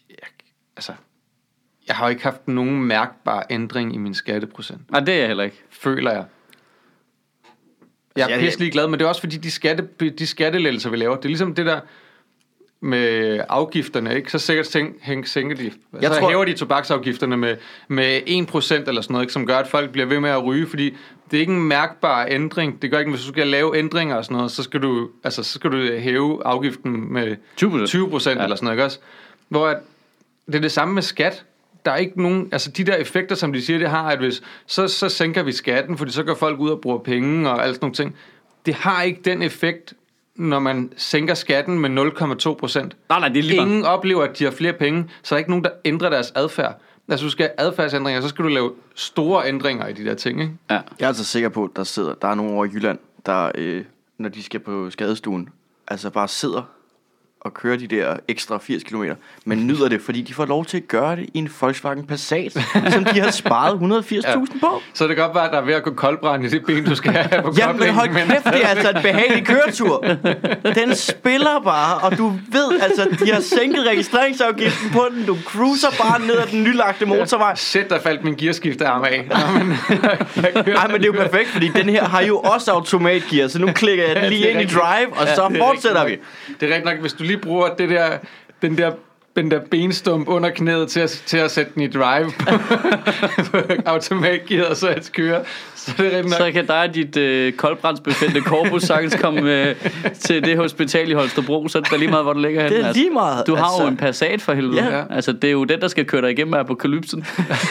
jeg har jo ikke haft nogen mærkbar ændring i min skatteprocent. Nej, det er jeg heller ikke. Føler jeg. Jeg er pisselig glad, men det er også fordi de skattelettelser, vi laver, det er ligesom det der med afgifterne, ikke? Så sikkert sænker de. Så hæver de tobaksafgifterne med 1% eller sådan noget, ikke? Som gør, at folk bliver ved med at ryge, fordi det er ikke en mærkbar ændring. Det gør ikke, hvis du skal lave ændringer og sådan noget, så skal du hæve afgiften med 20% eller sådan noget, ikke også? Hvor det er det samme med skat. Der er ikke nogen, altså de der effekter, som de siger, det har, at hvis, så sænker vi skatten, fordi så går folk ud og bruger penge og alt sådan nogle ting. Det har ikke den effekt, når man sænker skatten med 0,2%. Nej, det er lige ingen oplever, at de har flere penge, så er der ikke nogen, der ændrer deres adfærd. Altså, du skal have adfærdsændringer, så skal du lave store ændringer i de der ting, ikke? Ja. Jeg er altså sikker på, at der er nogen over i Jylland, der, når de skal på skadestuen, altså bare sidder og kører de der ekstra 80 km, men nyder det, fordi de får lov til at gøre det i en Volkswagen Passat, som de har sparet 180.000 på. Så det kan godt være, at der er ved at gå koldbrand i det ben, du skal have på koblingen. Jamen hold kæft, det er altså en behagelig køretur. Den spiller bare, og du ved, altså, de har sænket registreringsafgiften på den. Du cruiser bare ned ad den nylagte motorvej. Shit, der faldt min gearskiftearm af. Nej, men det er jo perfekt, fordi den her har jo også automatgear, så nu klikker jeg den lige ind i drive, og så fortsætter vi. Det er rigtigt nok, hvis du lige bruger den der benstump under knæet til at sætte den i drive på automatgear og så at køre. Så kan dig og dit koldbrandsbefældte korpus sagtens komme til det hospital i Holstebro, så er det lige meget, hvor du ligger henne. Det er lige meget. Du har jo en Passat for helvede. Ja. Altså, det er jo den, der skal køre dig igennem apokalypsen.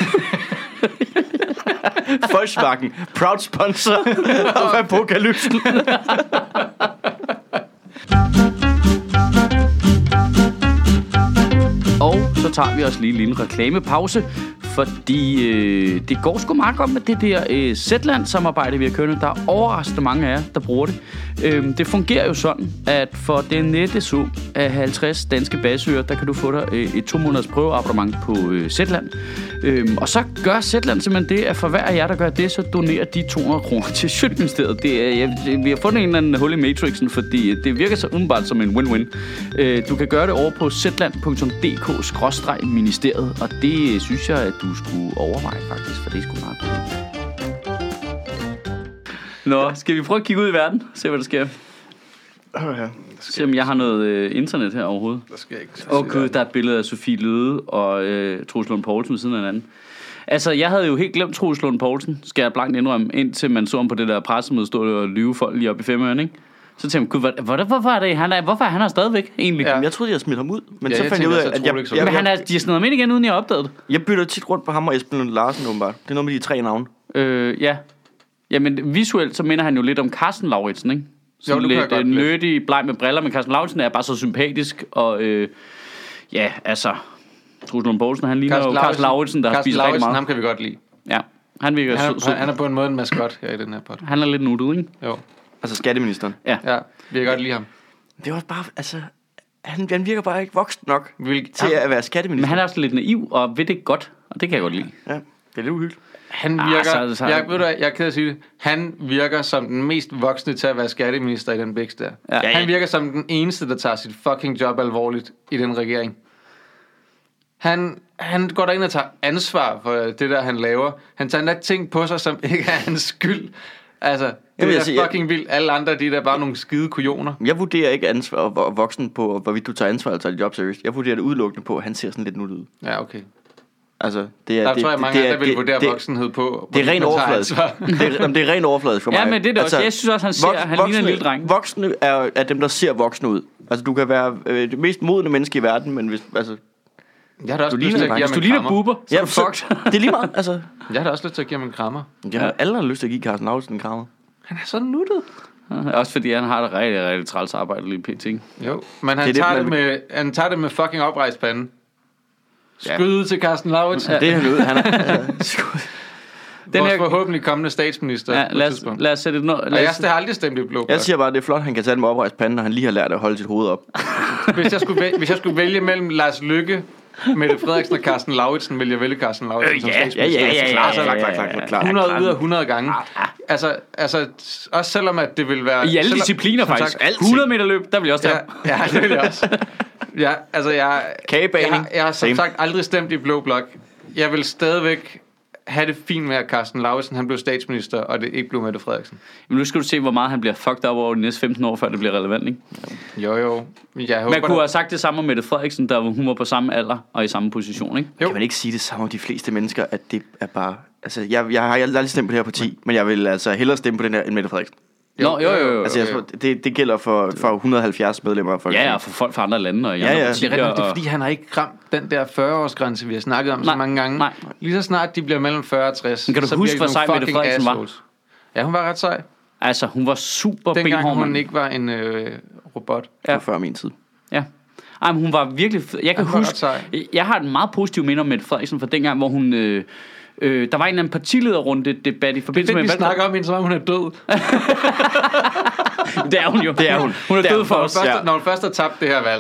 Volkswagen, proud sponsor af apokalypsen. Og så tager vi også lige en lille reklamepause, fordi det går sgu meget godt med det der Zetland-samarbejde, vi har kørt. Der er overraskende mange af jer, der bruger det. Det fungerer jo sådan, at for den nette sum af 50 danske basører, der kan du få dig et 2 måneders prøveabonnement på Zetland. Og så gør Zetland simpelthen det, at for hver af jer, der gør det, så donerer de 200 kroner til Sjøtministeriet. Vi har fundet en eller anden hul i matrixen, fordi det virker så umiddelbart som en win-win. Du kan gøre det over på zetland.dk/ministeriet, og det synes jeg, at du skulle overveje faktisk, for det er sgu meget godt. Nå, skal vi prøve at kigge ud i verden? Se, hvad der sker. Se, om jeg har noget internet her overhovedet. Der skal ikke. Gud, der er et billede af Sofie Løde og Troels Lund Poulsen ved siden af hinanden. Altså, jeg havde jo helt glemt Troels Lund Poulsen, skal jeg blankt indrømme, indtil man så ham på det der pressemøde stå og lyve folk lige op i Femøren, ikke? Så tænkte jeg, gud, hvorfor er det, hvorfor er han her stadigvæk, egentlig? Ja. Jeg troede, de havde smidt ham ud, men Ja, så jeg fandt jeg ud af, tænkte at også, Men de har snedet ham ind igen, uden jeg opdagede det. jeg bytter tit rundt på ham og Esben Lund Larsen, åbenbart. Det er noget med de 3 navne. Ja. Jamen, visuelt, så minder han jo lidt om Carsten Lauritsen, ikke? Jo, Sådan lidt nødig, bleg med briller, men Carsten Lauritsen er bare så sympatisk, og ja, altså, Troels Lund Poulsen, han ligner jo Carsten Lauritsen, der har spist rigtig meget. Ham kan vi godt lide. Ja, han virker Han er på en måde en maskot her i den her pod. Han er lidt nuttet, ikke? Jo. Altså skatteministeren. Ja, vi kan godt lide ham. Det var også bare, altså... Han virker bare ikke voksen nok til at være skatteminister. Men han er også lidt naiv og ved det godt, og det kan jeg godt lide. Ja, det er lidt uhyggeligt. Han virker, jeg er ked af at sige det, han virker som den mest voksne til at være skatteminister i den bæks der. Ja. Han virker som den eneste, der tager sit fucking job alvorligt i den regering. Han går derind og tager ansvar for det der, han laver. Han tager endda ting på sig, som ikke er hans skyld. Altså, det er fucking vildt. Alle andre, de er bare nogle skide kujoner. Jeg vurderer ikke ansvar og voksen på, hvorvidt du tager ansvar eller tager job seriøst. Jeg vurderer det udelukkende på, at han ser sådan lidt nuttet ud. Ja, okay. Altså, det er... Der tror jeg, mange andre vil vurdere voksenhed på. Det er ren overfladisk. Det er ren overfladisk for mig. Ja, men det er det også. Jeg synes også, han ligner en lille dreng. Voksne er dem, der ser voksne ud. Altså, du kan være det mest modne menneske i verden, men hvis... Altså, jeg har da også lyst til at give ham en krammer. Hvis du ligner Bubber, så er du fucked. Det er lige meget, altså... Jeg har da også lyst til at give ham en krammer. Jeg har aldrig lyst til at give Carsten Lauritsen en krammer. Han er så nuttet. Også fordi han har et rigtig, rigtig træls arbejde lige pt. Jo, men han tager det med fucking oprejst pande. Skud ud til Carsten Lauritsen. Ja. Det er han ud. Han er den her forhåbentlig kommende statsminister. Ja, lad os sætte et jeg har aldrig stemt i blå. Jeg siger bare, det er flot, han kan tage det med oprejst pande, når han lige har lært at holde sit hoved op. Hvis jeg skulle vælge mellem Lars Løkke, Mette Frederiksen og Carsten Lauritsen, vil jeg vælge Carsten Lauritsen som statsminister. Klar. 100 ud af 100 gange. Altså, også selvom at det vil være... I alle discipliner faktisk. 100 meter løb, der vil jeg også tage. Ja, det vil jeg også. Ja, altså jeg har som sagt aldrig stemt i blå blok. Jeg vil stadigvæk have det fint med, at Carsten Lauritsen han blev statsminister, og det ikke blev Mette Frederiksen. Men nu skal du se, hvor meget han bliver fucked up over de næste 15 år, før det bliver relevant, ikke? Jo. Man kunne have sagt det samme om Mette Frederiksen, da hun var på samme alder og i samme position, ikke? Jo. Kan man ikke sige det samme om de fleste mennesker, at det er bare... Altså, jeg har aldrig stemt på det her parti, men jeg vil altså hellere stemme på den her end Mette Frederiksen. Jo. Altså, jeg tror, det gælder for 170 medlemmer af Folketinget. Ja, og for folk fra andre lande og ja. Det er fordi, han har ikke ramt den der 40-årsgrænse, vi har snakket om så mange gange. Nej. Lige så snart de bliver mellem 40 og 60, men kan du huske, hvor sej Mette Frederiksen var? Ja, hun var ret sej. Altså, hun var super benhård. Dengang hun ikke var en robot. Ja. Før min tid. Ja. Ej, men hun var virkelig... Jeg kan huske... Jeg har et meget positivt minde om Mette Frederiksen fra dengang, hvor hun... der var en eller anden partilederrunde debat i forbindelse med... Vi snakker om hende, som om hun er død. Det er hun jo. Det er hun. Hun er død for os. Når hun først har tabt det her valg,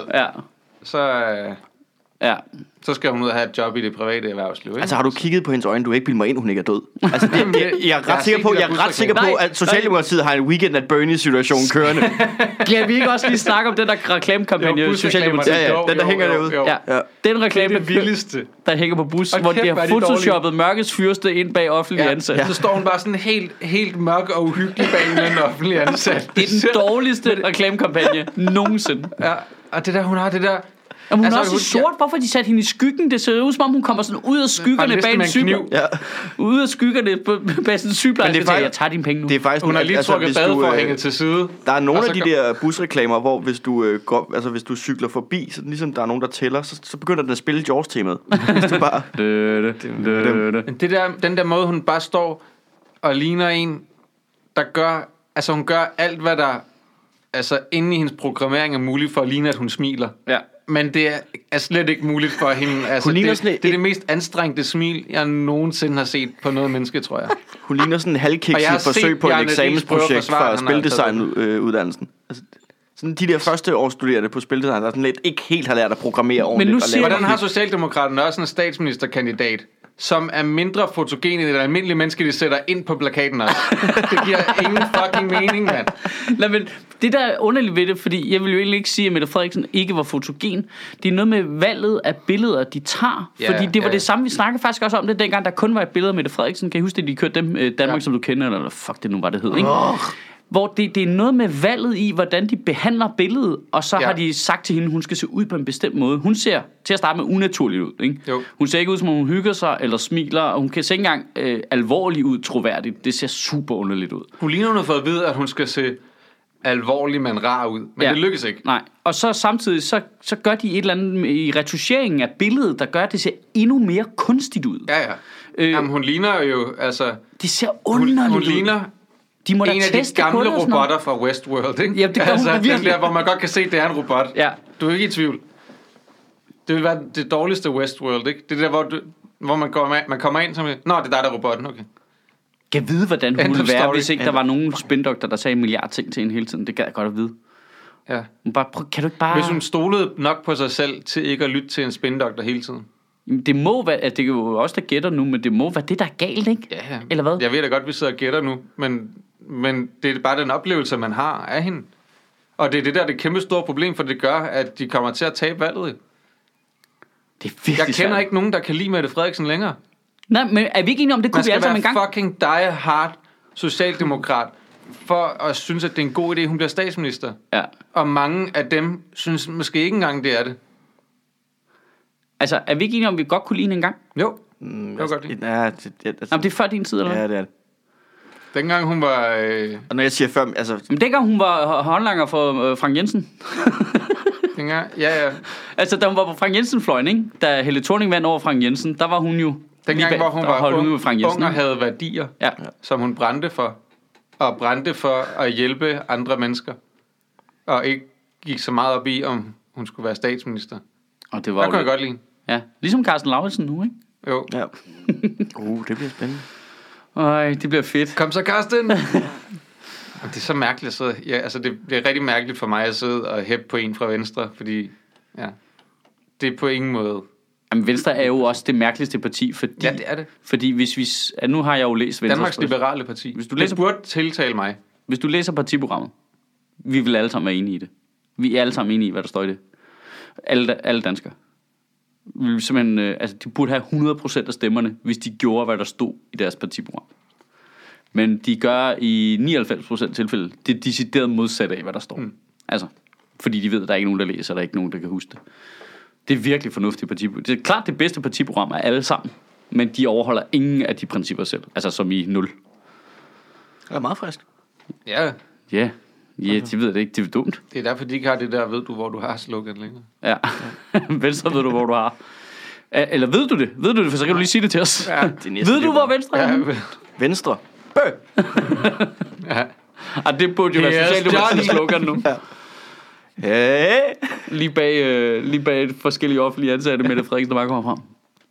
så skal hun ud og have et job i det private erhvervsliv. Ikke? Altså, har du kigget på hendes øjne? Du er ikke bildet mig ind, hun ikke er død. Altså, jeg er ret sikker på, at Socialdemokratiet har en Weekend at Bernie-situation kørende. Kan vi ikke også lige snakke om den der reklamekampagne, Socialdemokratiet? Ja, den der hænger derude. Ja. Den reklame, det vildeste, der hænger på bus, hvor de har photoshoppet mørkets fyrste ind bag offentlige ansatte. Så står hun bare sådan helt mørk og uhyggelig bag en offentlig ansat. Det er den dårligste reklamekampagne nogensinde. Ja, og det der, hun har det der... Jamen, hun er også sort. Hvorfor de satte hende i skyggen? Det ser ud som om hun kommer sådan ud af skyggerne bag en sygeplejerske. Ja. Ud af skyggerne bag sådan en sygeplejerske. Jeg tager dine penge nu. Det er faktisk hun har lige trukket badeforhænget til side. Der er nogle af de der busreklamer, hvor hvis du cykler forbi, så ligesom der er nogen, der tæller, så begynder den at spille Jaws-temaet. Den der måde, hun bare står og ligner en, der gør... Altså, hun gør alt, hvad der... Altså, inde i hendes programmering er muligt for at ligne, at hun smiler. Ja. Men det er slet ikke muligt for hende. Altså, det er det mest anstrengte smil, jeg nogensinde har set på noget menneske, tror jeg. Hun ligner sådan en halvkikset forsøg på et eksamensprojekt fra spildesignudannelsen. Altså, sådan de der første årsstuderende på spildesign, der sådan lidt ikke helt har lært at programmere ordentligt. Hvordan har Socialdemokraterne også en statsministerkandidat, som er mindre fotogen end et almindeligt menneske, de sætter ind på plakaten også. Det giver ingen fucking mening, mand. Nej, men det der er underligt ved det, fordi jeg vil jo egentlig ikke sige, at Mette Frederiksen ikke var fotogen. Det er noget med valget af billeder, de tager. Fordi det var det samme, vi snakkede faktisk også om det, dengang der kun var et billede af Mette Frederiksen. Kan I huske det, de kørte dem Danmark, som du kender, eller fuck det nu var det hed, ikke? Hvor det er noget med valget i, hvordan de behandler billedet, og så har de sagt til hende, hun skal se ud på en bestemt måde. Hun ser til at starte med unaturligt ud, ikke? Hun ser ikke ud, som om hun hygger sig eller smiler, og hun kan se ikke engang alvorlig ud, troværdigt. Det ser super underligt ud. Hun ligner, hun har fået at vide, at hun skal se alvorlig, men rar ud. Men det lykkes ikke. Nej, og så samtidig, så gør de et eller andet i retuscheringen af billedet, der gør, at det ser endnu mere kunstigt ud. Jamen, hun ligner jo, altså... Det ser underligt ud. Hun ligner... De må en af de gamle robotter fra Westworld, ikke? Ja, det gør hun virkelig. Den der, hvor man godt kan se, at det er en robot. Ja. Du er ikke i tvivl. Det vil være det dårligste Westworld, ikke? Det er der, hvor man kommer ind som... Nå, det er dig, der er robotten, okay. Kan vide, hvordan hun ville være, hvis ikke der var nogen spindoktor, der sagde en milliard ting til hende hele tiden. Det gad jeg godt at vide. Ja. Kan du ikke bare... Hvis hun stolede nok på sig selv til ikke at lytte til en spindoktor hele tiden. Det må være... Det er jo også der gætter nu, men det må være det, der er galt, ikke? Ja. Eller hvad? Jeg ved da godt, vi sidder og gætter nu, men det er bare den oplevelse, man har af hende. Og det er det der, det kæmpe store problem, for det gør, at de kommer til at tabe valget. Det er virkelig Jeg kender ikke nogen, der kan lide Mette Frederiksen længere. Nej, men er vi ikke enige om, det kunne vi alle sammen engang? Man skal være fucking die hard socialdemokrat for at synes, at det er en god idé, hun bliver statsminister. Ja. Og mange af dem synes måske ikke engang, det er det. Altså, er vi ikke enige om, vi godt kunne lide hende engang? Jo. Det var godt lide. Ja, det er før din tid, eller hvad? Ja, det er det. Dengang hun var... Og når jeg siger før, altså... Men dengang hun var håndlanger for Frank Jensen. Dengang, ja. Altså, da hun var på Frank Jensen-fløjen, ikke? Da Helle Thorning vandt over Frank Jensen, der var hun jo... Dengang, hvor hun var ung og ikke? havde værdier, som hun brændte for. Og brændte for at hjælpe andre mennesker. Og ikke gik så meget op i, om hun skulle være statsminister. Og det var der kunne jeg godt lide. Ja, ligesom Carsten Lauritsen nu, ikke? Jo. Ja. Det bliver spændende. Øj, det bliver fedt. Kom så, Carsten! Det er så mærkeligt at sidde... Ja, altså, det bliver rigtig mærkeligt for mig at sidde og hæppe på en fra Venstre, fordi... Ja, det er på ingen måde... Jamen, Venstre er jo også det mærkeligste parti, fordi... Ja, det er det. Fordi hvis vi... Nu har jeg jo læst Venstre... Danmarks Liberale Parti. Hvis du læser, det burde tiltale mig. Hvis du læser partiprogrammet, vi vil alle sammen være enige i det. Vi er alle sammen enige i, hvad der står i det. Alle danskere. Vi vil simpelthen... altså, de burde have 100% af stemmerne, hvis de gjorde, hvad der stod i deres partiprogram. Men de gør i 99% tilfælde det decideret modsatte af, hvad der står. Altså, fordi de ved, at der er ikke nogen, der læser, og der er ikke nogen, der kan huske det. Det er virkelig fornuftigt partiprogram. Det er klart det bedste partiprogram af alle sammen, men de overholder ingen af de principper selv. Altså som i 0. Det er meget frisk. Ja. Ja, de ved det ikke. Det er dumt. Det er derfor, de ikke har det der, ved du, hvor du har slogan længere. Ja, Venstre ved du, hvor du har. Eller ved du det? Ved du det, for så kan du lige sige det til os. Ja, ved du, hvor Venstre er? Ja, Venstre. Ja. Og det burde jo være Socialdemokratiets slogan nu. Ja. Hey. Lige bag forskellige offentlige ansatte, Mette Frederiksen, der bare kommer frem.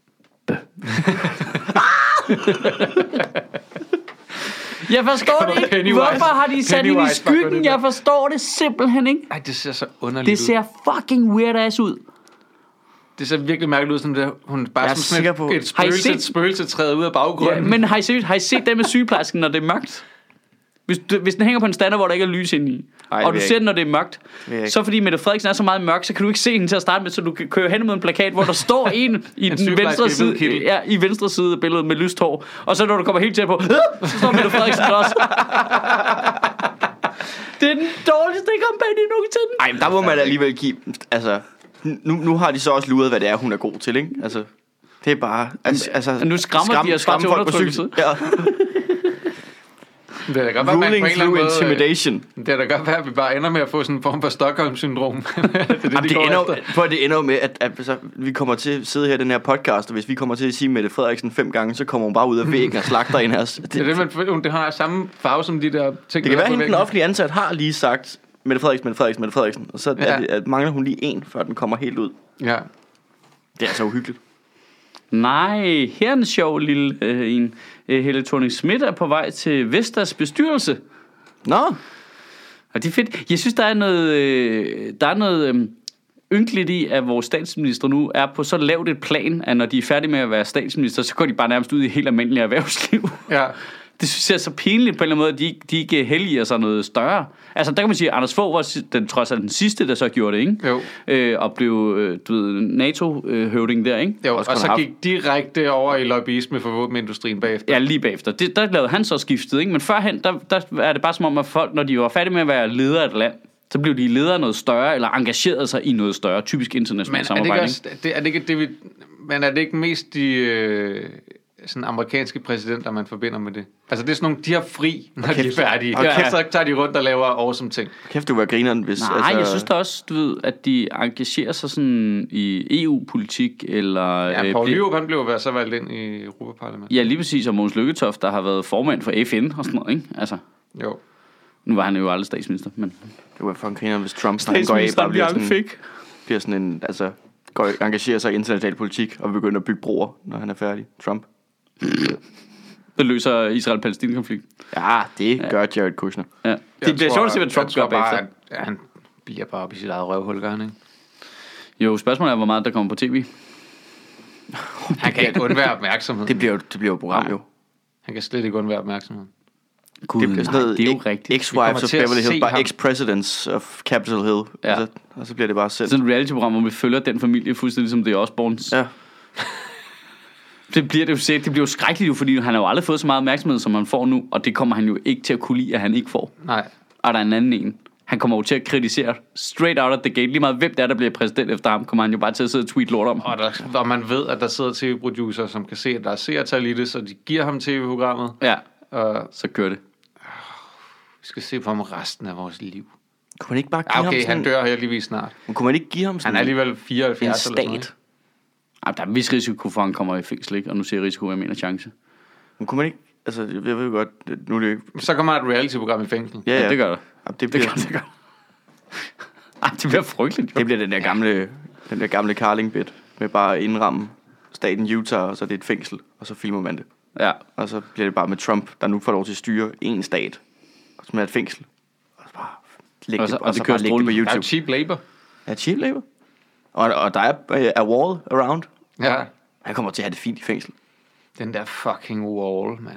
Jeg forstår det ikke. Hvorfor har de sat hende i skyggen? Jeg forstår det simpelthen ikke. Ej, det ser så underligt ud. Det ser fucking weird ass ud. Det ser virkelig mærkeligt ud, som det hun bare som et spøgelse træder ud af baggrunden. Ja, men har I set det med sygeplejersken, når det er mørkt? Hvis den hænger på en stander, hvor der ikke er lys inde i, og du ser den, når det er mørkt, så fordi Mette Frederiksen er så meget mørk, så kan du ikke se hende til at starte med, så du kan køre hen mod en plakat, hvor der står en i den venstre side, i venstre side af billedet med lyst hår, og så når du kommer helt tæt på, så står Mette Frederiksen også. Det er den dårligste kampagne nogensinde. Ej, der må man alligevel give, altså, nu har de så også luret, hvad det er, hun er god til, ikke? Altså, det er bare, altså nu skræmmer de os bare til undertrykkelse. Ja. Det er da godt, ruling through intimidation. Det er da godt være, at vi bare ender med at få sådan en form for Stockholm-syndrom. det ender med, at altså, vi kommer til at sidde her i den her podcast, og hvis vi kommer til at sige Mette Frederiksen 5 gange, så kommer hun bare ud af væggen og slagter en af os. Det har samme farve som de der ting. Det kan være, at den offentlige ansat har lige sagt Mette Frederiksen, og så mangler hun lige en, før den kommer helt ud. Ja. Det er så uhyggeligt. Nej, her er en sjov lille en. Helle Thorning-Schmidt er på vej til Vestas bestyrelse. Nå. Og det er fedt. Jeg synes, der er noget ynkeligt i, at vores statsminister nu er på så lavt et plan, at når de er færdige med at være statsminister, så går de bare nærmest ud i helt almindeligt erhvervsliv. Ja. Det synes jeg er så pinligt på en eller anden måde, at de ikke helliger sig noget større. Altså, der kan man sige, at Anders Fogh var trods alt den sidste, der så gjorde det, ikke? Jo. Og blev, NATO-høvding der, ikke? Jo, og så gik direkte over i lobbyisme for våbenindustrien bagefter. Ja, lige bagefter. Der lavede han så skiftet, ikke? Men førhen, der er det bare som om, at folk, når de var færdige med at være leder af et land, så blev de ledere noget større, eller engagerede sig i noget større, typisk internationalt samarbejde. Men er det ikke mest de sådan amerikanske præsidenter, man forbinder med det? Altså det er sådan nogle, de har fri, når de er færdige. Og så tager de rundt og laver awesome ting. Kæft, du var grineren, hvis... Nej, jeg synes da også, du ved, at de engagerer sig sådan i EU-politik, eller... Ja, Poul Nyrup, han blev så valgt ind i Europaparlamentet. Ja, lige præcis, og Mogens Lykketoft, der har været formand for FN og sådan noget, ikke? Altså... Jo. Nu var han jo aldrig statsminister, men... Det var fucking grineren, hvis Trump går af, bare bliver sådan en... Altså, engagerer sig i international politik, og begynder at bygge broer, når han er færdig. Trump. Det løser Israel-Palæstina-konflikt. Ja, det gør Jared Kushner. Ja. Det bliver sjovt at se, hvad Trump gør bagefter. Han bliver bare op i sit eget røvhul, gør han, ikke? Jo, spørgsmålet er, hvor meget der kommer på tv. Han kan ikke undvære opmærksomhed. Det bliver jo et program, jo. Han kan slet ikke undvære opmærksomhed. Gud, det bliver sådan noget, det er jo rigtigt. Ex-Wives of Beverly Hills, bare ex-Presidents of Capitol Hill. Ja. Og så bliver det bare sendt. Sådan et reality-program, hvor vi følger den familie fuldstændig som det er Osborns. Ja. Det bliver jo skrækkeligt, fordi han har jo aldrig fået så meget opmærksomhed, som han får nu, og det kommer han jo ikke til at kunne lide, at han ikke får. Nej. Og der er en anden en. Han kommer jo til at kritisere straight out of the gate. Lige meget hvem der bliver præsident efter ham, kommer han jo bare til at sidde og tweet lort om. Og man ved, at der sidder tv-producer, som kan se, at der er seertal i det, så de giver ham tv-programmet. Ja, så kører det. Vi skal se på ham resten af vores liv. Kunne man ikke bare give ham sådan... han dør heldigvis snart. Men kunne man ikke give ham sådan... Han er alligevel 74 en eller sådan stat. Der er en vis risiko for, at han kommer i fængsel, ikke? Og nu siger jeg risiko, jeg mener chance. Men kunne man ikke... Altså, jeg ved jo godt... Nu er det... Så kommer der et reality-program i fængsel. Ja, det gør der. Det bliver... Det gør. Ej, det bliver frygteligt. Det bliver den der gamle Carling-bit med bare at indramme staten Utah, og så er det et fængsel, og så filmer man det. Ja. Og så bliver det bare med Trump, der nu får lov til at styre en stat, som er et fængsel. Og så bare lægge det, og så bare lægge det på YouTube. Der er cheap labor. Ja, cheap labor. Og der er a wall around. Ja. Han kommer til at have det fint i fængsel. Den der fucking wall, mand.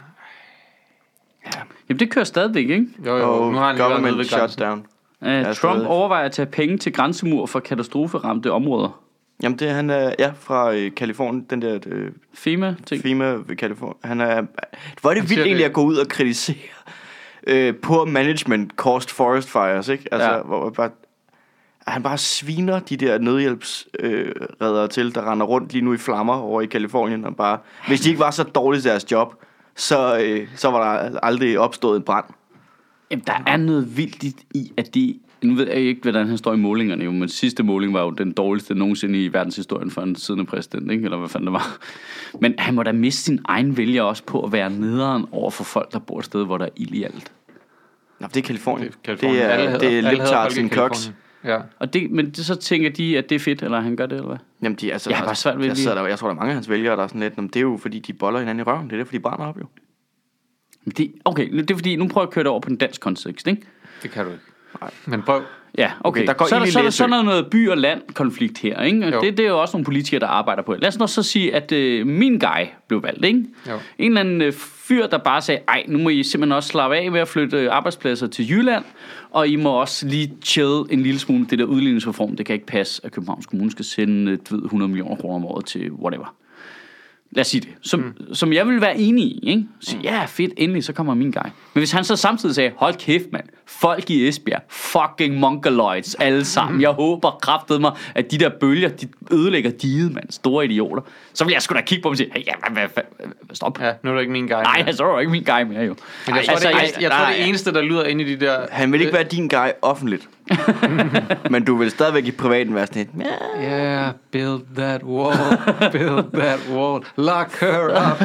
Ja. Jamen, det kører stadigvæk, ikke? Jo. Nu har han lige været nede ved shutdown. Trump overvejer at tage penge til grænsemur for katastroferamte områder. Jamen, det han er fra Kalifornien, den der... FEMA-ting. FEMA ved Kalifornien. Han er... Hvor er det vildt egentlig at gå ud og kritisere poor management caused forest fires, ikke? Altså, Ja. hvor bare... Han bare sviner de der nødhjælpsreddere til, der render rundt lige nu i flammer over i Kalifornien. Og bare, hvis de ikke var så dårlige til deres job, så var der aldrig opstået en brand. Jamen, der er noget vildt i, at de... Nu ved jeg ikke, hvordan han står i målingerne, jo, men sidste måling var jo den dårligste nogensinde i verdenshistorien for en siddende præsident, ikke? Eller hvad fanden det var. Men han må da miste sin egen vælger også på at være nederen over for folk, der bor et sted, hvor der er ild i alt. Nå, det er Kalifornien. Det er Liptards and Cox. Ja. Og men så tænker de, at det er fedt, eller han gør det, eller hvad? Jamen, jeg har bare svært ved jeg tror, der er mange af hans vælgere, der er sådan lidt, det er jo fordi, de boller hinanden i røven. Det er derfor, de brænder op, jo. Okay, det er fordi, nu prøver jeg at køre det over på den dansk kontekst, ikke? Det kan du ikke. Nej. Men prøv. Ja, okay. Der går så er der sådan noget by- og land-konflikt her, ikke? Og det er jo også nogle politikere, der arbejder på det. Lad os nu så sige, at min guy blev valgt, ikke? Jo. En eller anden fyr, der bare sagde, ej, nu må I simpelthen også slappe af med at flytte arbejdspladser til Jylland, og I må også lige chill en lille smule. Det der udligningsreform, det kan ikke passe, at Københavns Kommune skal sende 100 millioner kroner om året til whatever. Lad os sige det. Som jeg vil være enig i, ikke? Så ja, fedt, endelig, så kommer min guy. Men hvis han så samtidig sagde, hold kæft, mand. Folk i Esbjerg, fucking mongoloids, alle sammen. Jeg håber kraftedeme mig, at de der bølger, de ødelægger diget, mand. Store idioter. Så vil jeg sgu da kigge på dem og sige, hey, stop. Ja, nu er det ikke min guy. Nej, så er det ikke min guy mere, jo. Men jeg tror, det eneste, der lyder inde i de der... Han vil ikke være din guy offentligt. Men du vil stadigvæk i privaten være sådan et... Yeah, build that wall. Build that wall. Lock her up.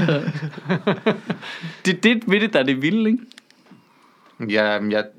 Det ved det, der er det vilde, ikke? Ja,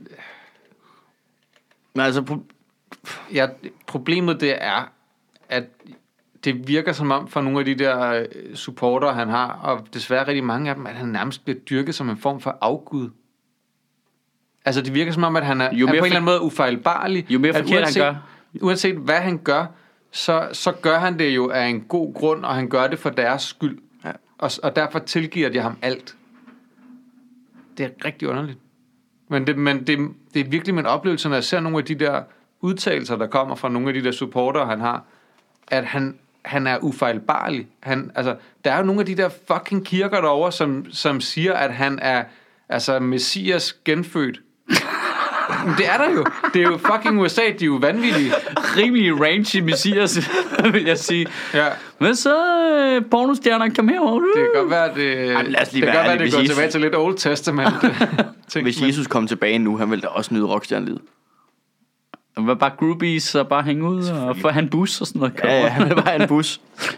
Men altså... Problemet det er, at det virker som om for nogle af de der supporter, han har, og desværre rigtig mange af dem, at han nærmest bliver dyrket som en form for afgud. Altså det virker som om, at han er på en eller anden måde ufejlbarlig. Jo mere forkert han gør. uanset hvad han gør, så gør han det jo af en god grund, og han gør det for deres skyld. Ja. Og derfor tilgiver de ham alt. Det er rigtig underligt. Men det er virkelig min oplevelse, når jeg ser nogle af de der udtalelser, der kommer fra nogle af de der supportere, han har, at han er ufejlbarlig. Der er jo nogle af de der fucking kirker derovre, som siger, at han er messias genfødt. Men det er der jo. Det er jo fucking USA, de er jo vanvittige. Rimelig rangy messias, vil jeg sige. Ja. Men så pornostjernerne, kom herover. Det kan godt være, det går tilbage til lidt Old Testament. Hvis Jesus kom tilbage nu, han ville da også nyde rockstjernelivet. Han var bare groupies og bare hænge ud og få han bus og sådan noget. Ja, han ville bare have en bus.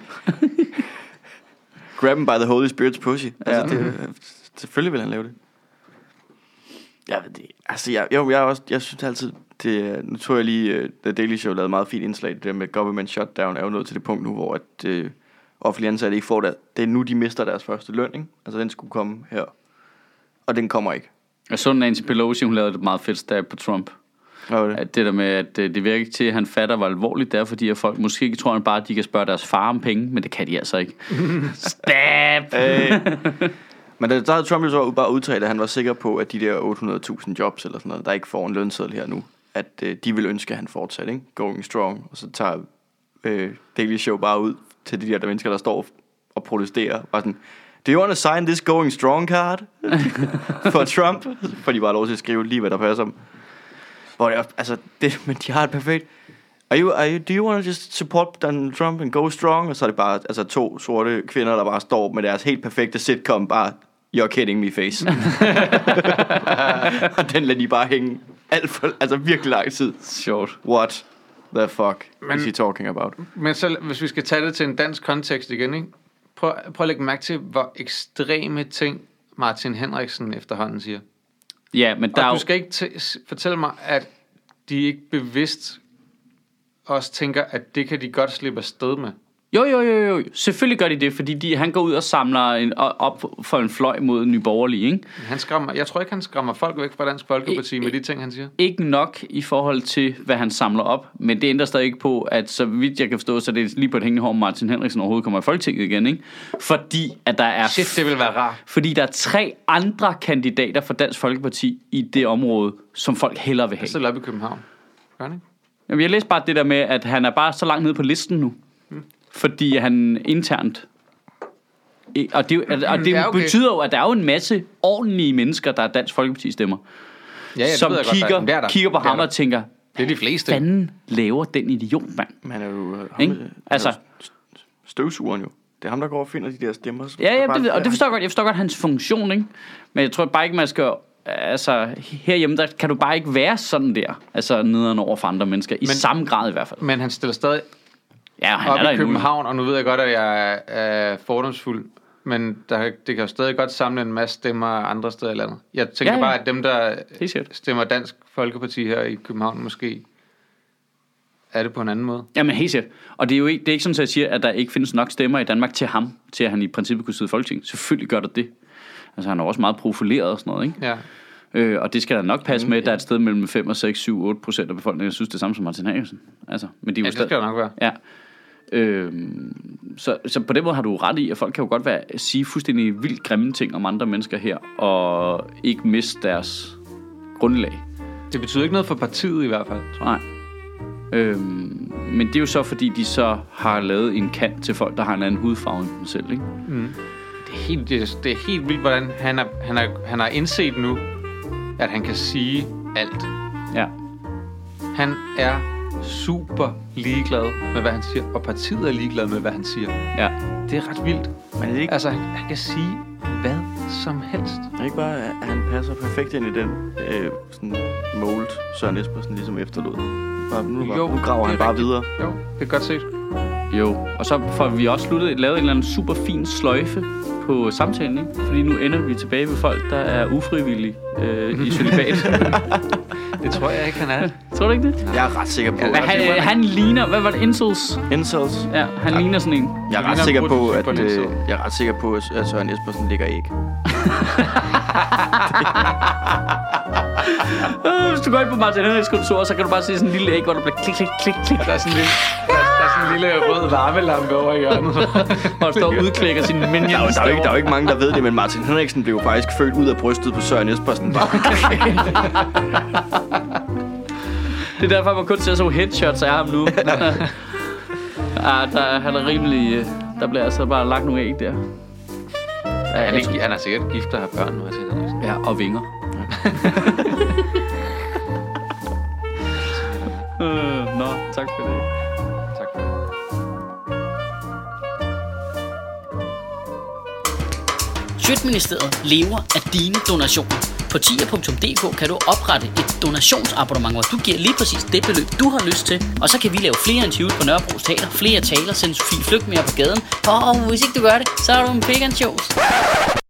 Grab him by the Holy Spirit's pussy. Altså, selvfølgelig vil han lave det. Jeg ved det. Altså, jeg synes altid, nu tror jeg lige, The Daily Show lavede meget fint indslag, det der med government shutdown er jo nået til det punkt nu, hvor at offentlige ansatte ikke får det. Det er nu, de mister deres første løn, ikke? Altså, den skulle komme her. Og den kommer ikke. Jeg så Nancy Pelosi, hun lavede et meget fedt stab på Trump. Det der med, at det virker ikke til, at han fatter, hvor alvorligt det er, fordi at folk måske ikke tror, han bare, at de kan spørge deres far om penge, men det kan de altså ikke. Stab! Men der havde Trump jo så bare udtalt, at han var sikker på, at de der 800.000 jobs eller sådan noget, der ikke får en lønseddel her nu, at de vil ønske, at han fortsat, ikke? Going strong. Og så tager Daily Show bare ud til de der mennesker, der står og protesterer. Bare sådan, do you want to sign this going strong card? For Trump? For de bare lov til at skrive lige, hvad der passer dem. Hvor det, men de har et perfekt. Do you want to just support Donald Trump and go strong? Og så er det bare 2 sorte kvinder, der bare står med deres helt perfekte sitcom, bare you're kidding me face. Og den lader de bare hænge alt for, virkelig lang tid. Sjovt. What the fuck is he talking about? Men så, hvis vi skal tage det til en dansk kontekst igen, ikke? Prøv at lægge mærke til, hvor ekstreme ting Martin Henriksen efterhånden siger. Ja, men og du skal ikke fortælle mig, at de ikke bevidst også tænker, at det kan de godt slippe afsted med. Jo. Selvfølgelig gør de det, fordi han går ud og samler op for en fløj mod Nye Borgerlige, ikke? Jeg tror ikke, han skræmmer folk væk fra Dansk Folkeparti med de ting, han siger. Ikke nok i forhold til, hvad han samler op, men det ændrer stadig ikke på, at så vidt jeg kan forstå, så det er lige på et hængende hår, Martin Henriksen overhovedet kommer i Folketinget igen, ikke? Fordi at der er... Shit, det vil være rart. Fordi der er 3 andre kandidater for Dansk Folkeparti i det område, som folk hellere vil have. Så op i København. Gør det ikke? Jamen, jeg læste bare det der med, at han er bare så langt nede på listen nu. Fordi han internt... Og det ja, okay. Betyder jo, at der er jo en masse ordentlige mennesker, der er Dansk Folkeparti stemmer. Ja, som kigger på ham og tænker... Det er de fleste. Hvad fanden laver den idiot, mand? Man er jo... Støvsugeren jo. Det er ham, der går og finder de der stemmer. Og det forstår jeg godt. Jeg forstår godt hans funktion, ikke? Men jeg tror bare ikke, man skal... Altså, herhjemme, der kan du bare ikke være sådan der. Altså, nederen over for andre mennesker. I samme grad i hvert fald. Men han stiller stadig han op er i København, og nu ved jeg godt, at jeg er fordomsfuld. Men det kan jo stadig godt samle en masse stemmer andre steder i landet. Jeg tænker bare, at dem, der stemmer Dansk Folkeparti her i København, måske er det på en anden måde. Jamen helt sikkert. Og det er jo ikke, det er ikke sådan, at jeg siger, at der ikke findes nok stemmer i Danmark til ham, til at han i princippet kunne sidde i Folketinget. Selvfølgelig gør der det. Altså han er også meget profileret og sådan noget, ikke? Ja. Og det skal der nok passe med, at der er et sted mellem 5 og 6, 7, 8% af befolkningen, jeg synes det samme som Martin Henriksen. Altså, men de det skal der nok være. Ja. Så på den måde har du ret i, at folk kan jo godt sige fuldstændig vildt grimme ting om andre mennesker her, og ikke miste deres grundlag. Det betyder ikke noget for partiet i hvert fald, tror jeg. Nej. Men det er jo så, fordi de så har lavet en kant til folk, der har en anden hudfarve end dem selv, ikke? Mm. Det er helt vildt, hvordan han har indset nu, at han kan sige alt. Ja. Han er super ligeglad med, hvad han siger, og partiet er ligeglad med, hvad han siger. Ja. Det er ret vildt. Men det ikke... Altså, han kan sige hvad som helst. Det er ikke bare, at han passer perfekt ind i den sådan mold, Søren Espersen ligesom efterlod. Nu graver han bare videre. Jo, det er godt set. Jo, og så får vi også lavet en eller anden super fin sløjfe på samtalen, ikke? Fordi nu ender vi tilbage ved folk, der er ufrivillige i cølibat. Det tror jeg ikke, han er. Tror du ikke det? Jeg er ret sikker på. Han ligner, hvad var det? Incels? Incels? Ja, han ligner sådan en. Jeg er ret sikker på, at Søren Espersen ligger æg. Hvis du går ind på Martin Henriks kontor, så kan du bare se sådan en lille æg, hvor der bliver klik, klik, klik, klik. Der er sådan en lille rød varmelampe over i hjørnet. Hvor der står og udklikker sine minions. Der er jo ikke mange, der ved det, men Martin Henriksen blev faktisk født ud af brystet på Søren Espersen. Det er derfor, man kun ser så headshots af ham nu. Han er rimelig... Der bliver altså bare lagt nogle æg der. Han er sikkert gift og har børn nu. Ja, og vinger. Nå, tak for det. Tak for det. Sjøtministeriet lever af dine donationer. På tier.dk kan du oprette et donationsabonnement, hvor du giver lige præcis det beløb, du har lyst til. Og så kan vi lave flere interviews på Nørrebro Teater, flere taler, sende Sofie Flygt mere på gaden. Og hvis ikke du gør det, så er du en pig and shows.